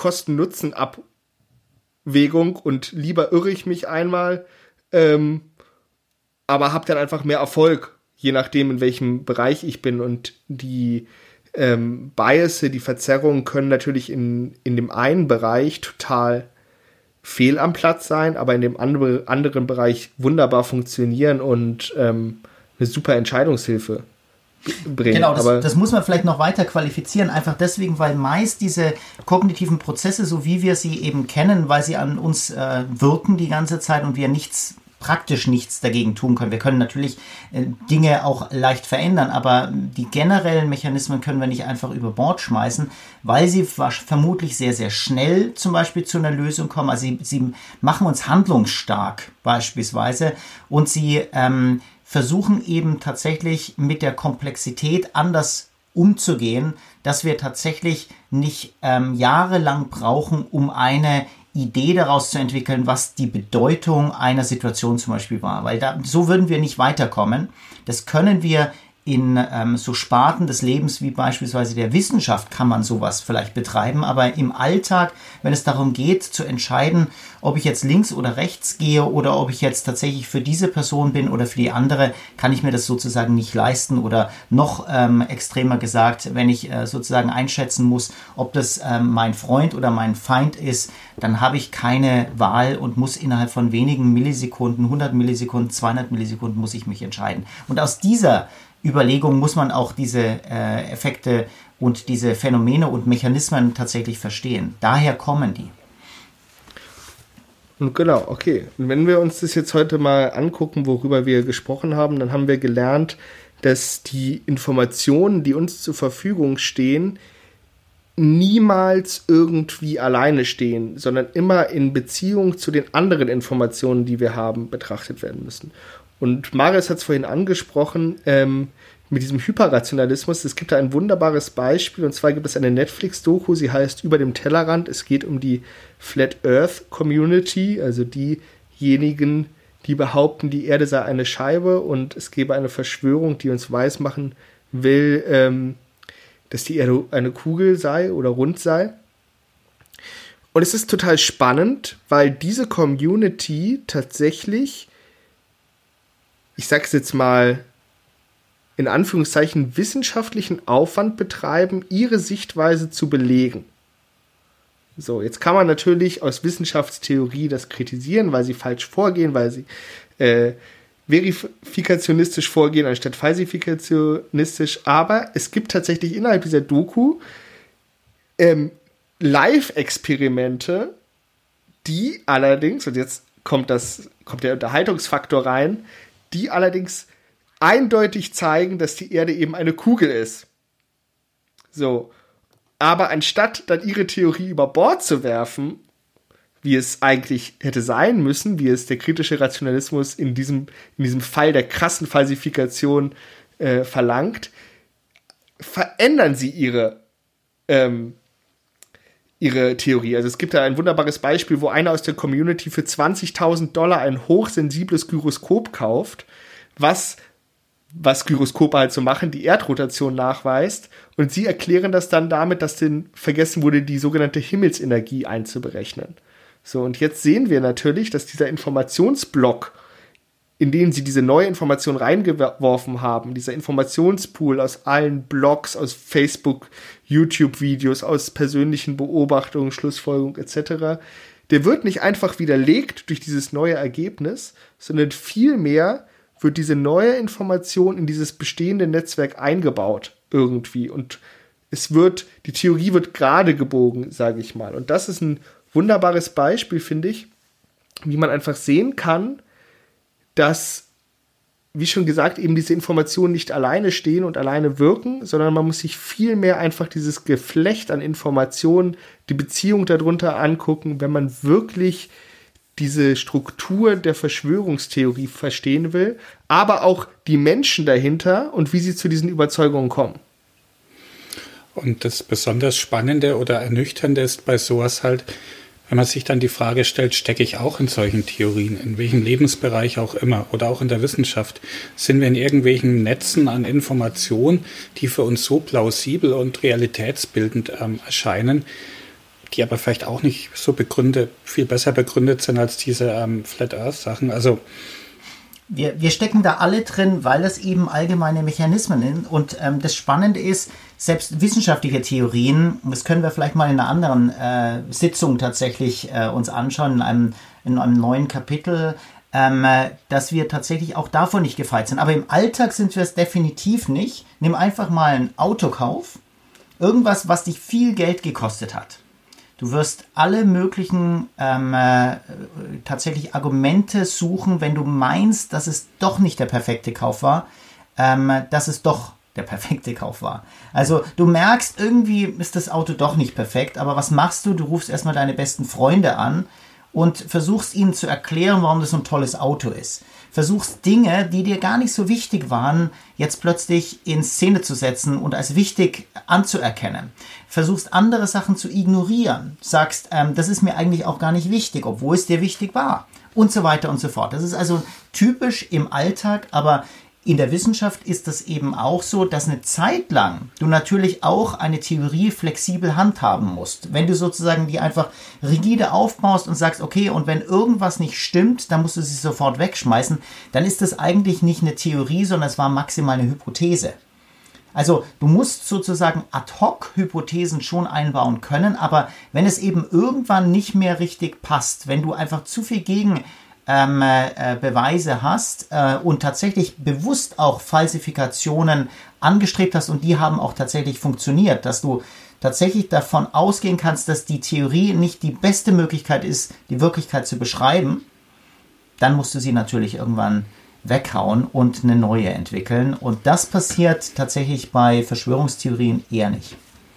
Kosten-Nutzen-Abwägung und lieber irre ich mich einmal, ähm, aber habe dann einfach mehr Erfolg, je nachdem, in welchem Bereich ich bin. Und die Ähm, Bias, die Verzerrungen können natürlich in, in dem einen Bereich total fehl am Platz sein, aber in dem andre, anderen Bereich wunderbar funktionieren und ähm, eine super Entscheidungshilfe bringen. Genau, das, aber das muss man vielleicht noch weiter qualifizieren, einfach deswegen, weil meist diese kognitiven Prozesse, so wie wir sie eben kennen, weil sie an uns äh, wirken die ganze Zeit und wir nichts praktisch nichts dagegen tun können. Wir können natürlich äh, Dinge auch leicht verändern, aber die generellen Mechanismen können wir nicht einfach über Bord schmeißen, weil sie vermutlich sehr, sehr schnell zum Beispiel zu einer Lösung kommen. Also sie, sie machen uns handlungsstark beispielsweise und sie ähm, versuchen eben tatsächlich mit der Komplexität anders umzugehen, dass wir tatsächlich nicht ähm, jahrelang brauchen, um eine Idee daraus zu entwickeln, was die Bedeutung einer Situation zum Beispiel war. Weil da, so würden wir nicht weiterkommen. Das können wir in ähm, so Sparten des Lebens wie beispielsweise der Wissenschaft kann man sowas vielleicht betreiben, aber im Alltag, wenn es darum geht zu entscheiden, ob ich jetzt links oder rechts gehe oder ob ich jetzt tatsächlich für diese Person bin oder für die andere, kann ich mir das sozusagen nicht leisten oder noch ähm, extremer gesagt, wenn ich äh, sozusagen einschätzen muss, ob das ähm, mein Freund oder mein Feind ist, dann habe ich keine Wahl und muss innerhalb von wenigen Millisekunden, hundert Millisekunden, zweihundert Millisekunden muss ich mich entscheiden. Und aus dieser Überlegung muss man auch diese äh, Effekte und diese Phänomene und Mechanismen tatsächlich verstehen. Daher kommen die. Und genau, okay. Und wenn wir uns das jetzt heute mal angucken, worüber wir gesprochen haben, dann haben wir gelernt, dass die Informationen, die uns zur Verfügung stehen, niemals irgendwie alleine stehen, sondern immer in Beziehung zu den anderen Informationen, die wir haben, betrachtet werden müssen. Und Marius hat es vorhin angesprochen, ähm, mit diesem Hyperrationalismus. Es gibt da ein wunderbares Beispiel, und zwar gibt es eine Netflix-Doku, sie heißt Über dem Tellerrand. Es geht um die Flat Earth Community, also diejenigen, die behaupten, die Erde sei eine Scheibe und es gebe eine Verschwörung, die uns weismachen will, ähm, dass die Erde eine Kugel sei oder rund sei. Und es ist total spannend, weil diese Community tatsächlich, ich sag's jetzt mal, in Anführungszeichen wissenschaftlichen Aufwand betreiben, ihre Sichtweise zu belegen. So, jetzt kann man natürlich aus Wissenschaftstheorie das kritisieren, weil sie falsch vorgehen, weil sie äh, verifikationistisch vorgehen, anstatt falsifikationistisch. Aber es gibt tatsächlich innerhalb dieser Doku ähm, Live-Experimente, die allerdings, und jetzt kommt, das, kommt der Unterhaltungsfaktor rein, die allerdings eindeutig zeigen, dass die Erde eben eine Kugel ist. So. Aber anstatt dann ihre Theorie über Bord zu werfen, wie es eigentlich hätte sein müssen, wie es der kritische Rationalismus in diesem, in diesem Fall der krassen Falsifikation äh, verlangt, verändern sie ihre, ähm, ihre Theorie. Also es gibt da ein wunderbares Beispiel, wo einer aus der Community für zwanzigtausend Dollar ein hochsensibles Gyroskop kauft, was was Gyroskope halt so machen, die Erdrotation nachweist. Und sie erklären das dann damit, dass denn vergessen wurde, die sogenannte Himmelsenergie einzuberechnen. So, und jetzt sehen wir natürlich, dass dieser Informationsblock, in den sie diese neue Information reingeworfen haben, dieser Informationspool aus allen Blogs, aus Facebook, YouTube-Videos, aus persönlichen Beobachtungen, Schlussfolgerungen et cetera, der wird nicht einfach widerlegt durch dieses neue Ergebnis, sondern vielmehr wird diese neue Information in dieses bestehende Netzwerk eingebaut irgendwie. Und es wird, die Theorie wird gerade gebogen, sage ich mal. Und das ist ein wunderbares Beispiel, finde ich, wie man einfach sehen kann, dass, wie schon gesagt, eben diese Informationen nicht alleine stehen und alleine wirken, sondern man muss sich viel mehr einfach dieses Geflecht an Informationen, die Beziehung darunter angucken, wenn man wirklich diese Struktur der Verschwörungstheorie verstehen will, aber auch die Menschen dahinter und wie sie zu diesen Überzeugungen kommen. Und das besonders Spannende oder Ernüchternde ist bei sowas halt, wenn man sich dann die Frage stellt, stecke ich auch in solchen Theorien, in welchem Lebensbereich auch immer oder auch in der Wissenschaft, sind wir in irgendwelchen Netzen an Informationen, die für uns so plausibel und realitätsbildend ähm, erscheinen, die aber vielleicht auch nicht so begründet, viel besser begründet sind als diese ähm, Flat Earth Sachen. Also wir, wir stecken da alle drin, weil das eben allgemeine Mechanismen sind. Und ähm, das Spannende ist, selbst wissenschaftliche Theorien, das können wir vielleicht mal in einer anderen äh, Sitzung tatsächlich äh, uns anschauen, in einem, in einem neuen Kapitel, ähm, dass wir tatsächlich auch davon nicht gefeit sind. Aber im Alltag sind wir es definitiv nicht. Nimm einfach mal einen Autokauf, irgendwas, was dich viel Geld gekostet hat. Du wirst alle möglichen ähm, äh, tatsächlich Argumente suchen, wenn du meinst, dass es doch nicht der perfekte Kauf war, ähm, dass es doch der perfekte Kauf war. Also du merkst, irgendwie ist das Auto doch nicht perfekt, aber was machst du? Du rufst erstmal deine besten Freunde an und versuchst ihnen zu erklären, warum das so ein tolles Auto ist. Versuchst Dinge, die dir gar nicht so wichtig waren, jetzt plötzlich in Szene zu setzen und als wichtig anzuerkennen. Versuchst andere Sachen zu ignorieren. Sagst, ähm, das ist mir eigentlich auch gar nicht wichtig, obwohl es dir wichtig war. Und so weiter und so fort. Das ist also typisch im Alltag, aber in der Wissenschaft ist das eben auch so, dass eine Zeit lang du natürlich auch eine Theorie flexibel handhaben musst. Wenn du sozusagen die einfach rigide aufbaust und sagst, okay, und wenn irgendwas nicht stimmt, dann musst du sie sofort wegschmeißen, dann ist das eigentlich nicht eine Theorie, sondern es war maximal eine Hypothese. Also du musst sozusagen Ad-hoc-Hypothesen schon einbauen können, aber wenn es eben irgendwann nicht mehr richtig passt, wenn du einfach zu viel gegen Ähm, äh, Beweise hast äh, und tatsächlich bewusst auch Falsifikationen angestrebt hast und die haben auch tatsächlich funktioniert, dass du tatsächlich davon ausgehen kannst, dass die Theorie nicht die beste Möglichkeit ist, die Wirklichkeit zu beschreiben, dann musst du sie natürlich irgendwann weghauen und eine neue entwickeln. Und das passiert tatsächlich bei Verschwörungstheorien eher nicht.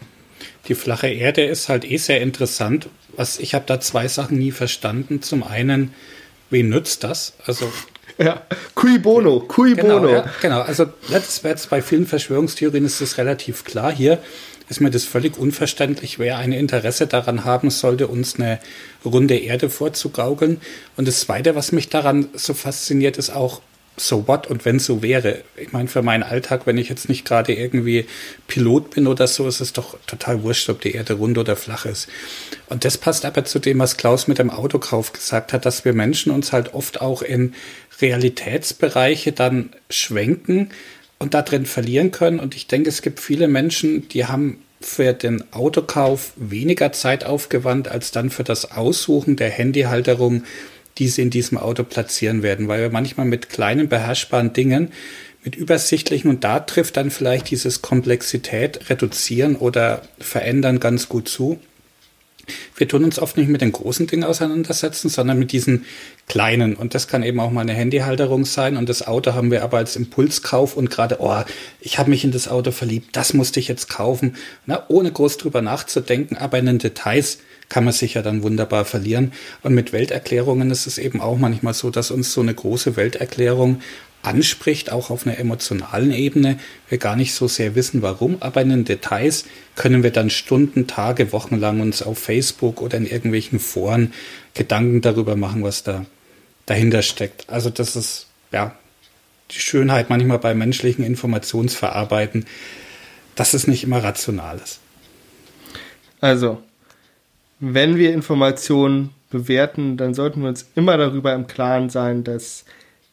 Die flache Erde ist halt eh sehr interessant. Was, ich habe da zwei Sachen nie verstanden. Zum einen, wen nützt das? Also ja, cui bono, cui genau, bono. Ja, genau, also das wäre jetzt bei vielen Verschwörungstheorien ist das relativ klar. Hier ist mir das völlig unverständlich, wer ein Interesse daran haben sollte, uns eine runde Erde vorzugaukeln. Und das Zweite, was mich daran so fasziniert, ist auch, so what und wenn so wäre. Ich meine, für meinen Alltag, wenn ich jetzt nicht gerade irgendwie Pilot bin oder so, ist es doch total wurscht, ob die Erde rund oder flach ist. Und das passt aber zu dem, was Klaus mit dem Autokauf gesagt hat, dass wir Menschen uns halt oft auch in Realitätsbereiche dann schwenken und da drin verlieren können. Und ich denke, es gibt viele Menschen, die haben für den Autokauf weniger Zeit aufgewandt, als dann für das Aussuchen der Handyhalterung die sie in diesem Auto platzieren werden, weil wir manchmal mit kleinen beherrschbaren Dingen, mit übersichtlichen, und da trifft dann vielleicht dieses Komplexität reduzieren oder verändern ganz gut zu. Wir tun uns oft nicht mit den großen Dingen auseinandersetzen, sondern mit diesen kleinen. Und das kann eben auch mal eine Handyhalterung sein. Und das Auto haben wir aber als Impulskauf und gerade, oh, ich habe mich in das Auto verliebt, das musste ich jetzt kaufen. Na, ohne groß drüber nachzudenken, aber in den Details kann man sich ja dann wunderbar verlieren. Und mit Welterklärungen ist es eben auch manchmal so, dass uns so eine große Welterklärung anspricht, auch auf einer emotionalen Ebene, wir gar nicht so sehr wissen, warum, aber in den Details können wir dann Stunden, Tage, Wochen lang uns auf Facebook oder in irgendwelchen Foren Gedanken darüber machen, was da dahinter steckt. Also das ist, ja, die Schönheit manchmal bei menschlichen Informationsverarbeiten, dass es nicht immer rational ist. Also, wenn wir Informationen bewerten, dann sollten wir uns immer darüber im Klaren sein, dass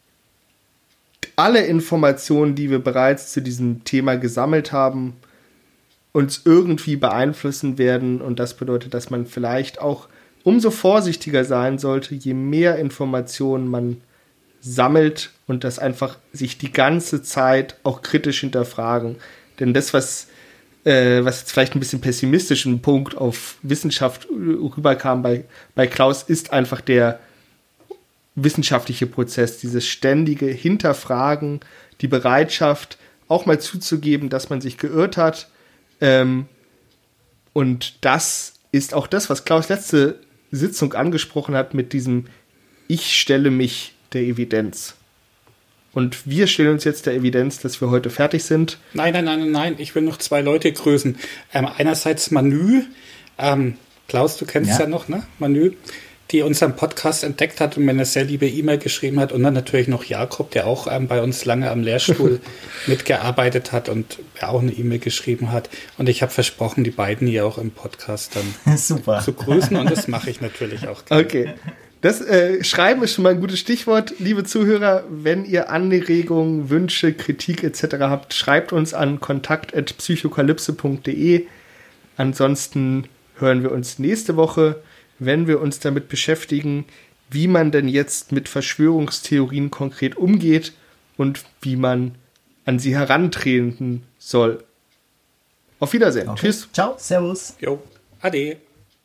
alle Informationen, die wir bereits zu diesem Thema gesammelt haben, uns irgendwie beeinflussen werden. Und das bedeutet, dass man vielleicht auch umso vorsichtiger sein sollte, je mehr Informationen man sammelt und das einfach sich die ganze Zeit auch kritisch hinterfragen. Denn das, was, äh, was jetzt vielleicht ein bisschen pessimistischen Punkt auf Wissenschaft rüberkam bei, bei Klaus, ist einfach der wissenschaftliche Prozess, dieses ständige Hinterfragen, die Bereitschaft, auch mal zuzugeben, dass man sich geirrt hat. Ähm, und das ist auch das, was Klaus letzte Sitzung angesprochen hat mit diesem Ich stelle mich der Evidenz. Und wir stellen uns jetzt der Evidenz, dass wir heute fertig sind. Nein, nein, nein, nein, ich will noch zwei Leute grüßen. Ähm, einerseits Manu, ähm, Klaus, du kennst ja, ja noch, ne? Manu, die unseren Podcast entdeckt hat und mir eine sehr liebe E-Mail geschrieben hat. Und dann natürlich noch Jakob, der auch ähm, bei uns lange am Lehrstuhl mitgearbeitet hat und ja, auch eine E-Mail geschrieben hat. Und ich habe versprochen, die beiden hier auch im Podcast dann Super. zu grüßen. Und das mache ich natürlich auch gerne. Okay. Das äh, Schreiben ist schon mal ein gutes Stichwort. Liebe Zuhörer, wenn ihr Anregungen, Wünsche, Kritik et cetera habt, schreibt uns an kontakt at psychokalypse punkt de. Ansonsten hören wir uns nächste Woche, wenn wir uns damit beschäftigen, wie man denn jetzt mit Verschwörungstheorien konkret umgeht und wie man an sie herantreten soll. Auf Wiedersehen. Okay. Tschüss. Ciao. Servus. Jo. Ade.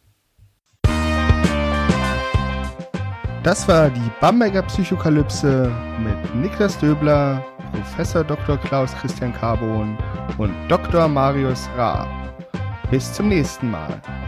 Das war die Bamberger Psychokalypse mit Niklas Döbler, Professor Doktor Klaus Christian Carbon und Doktor Marius Ra. Bis zum nächsten Mal.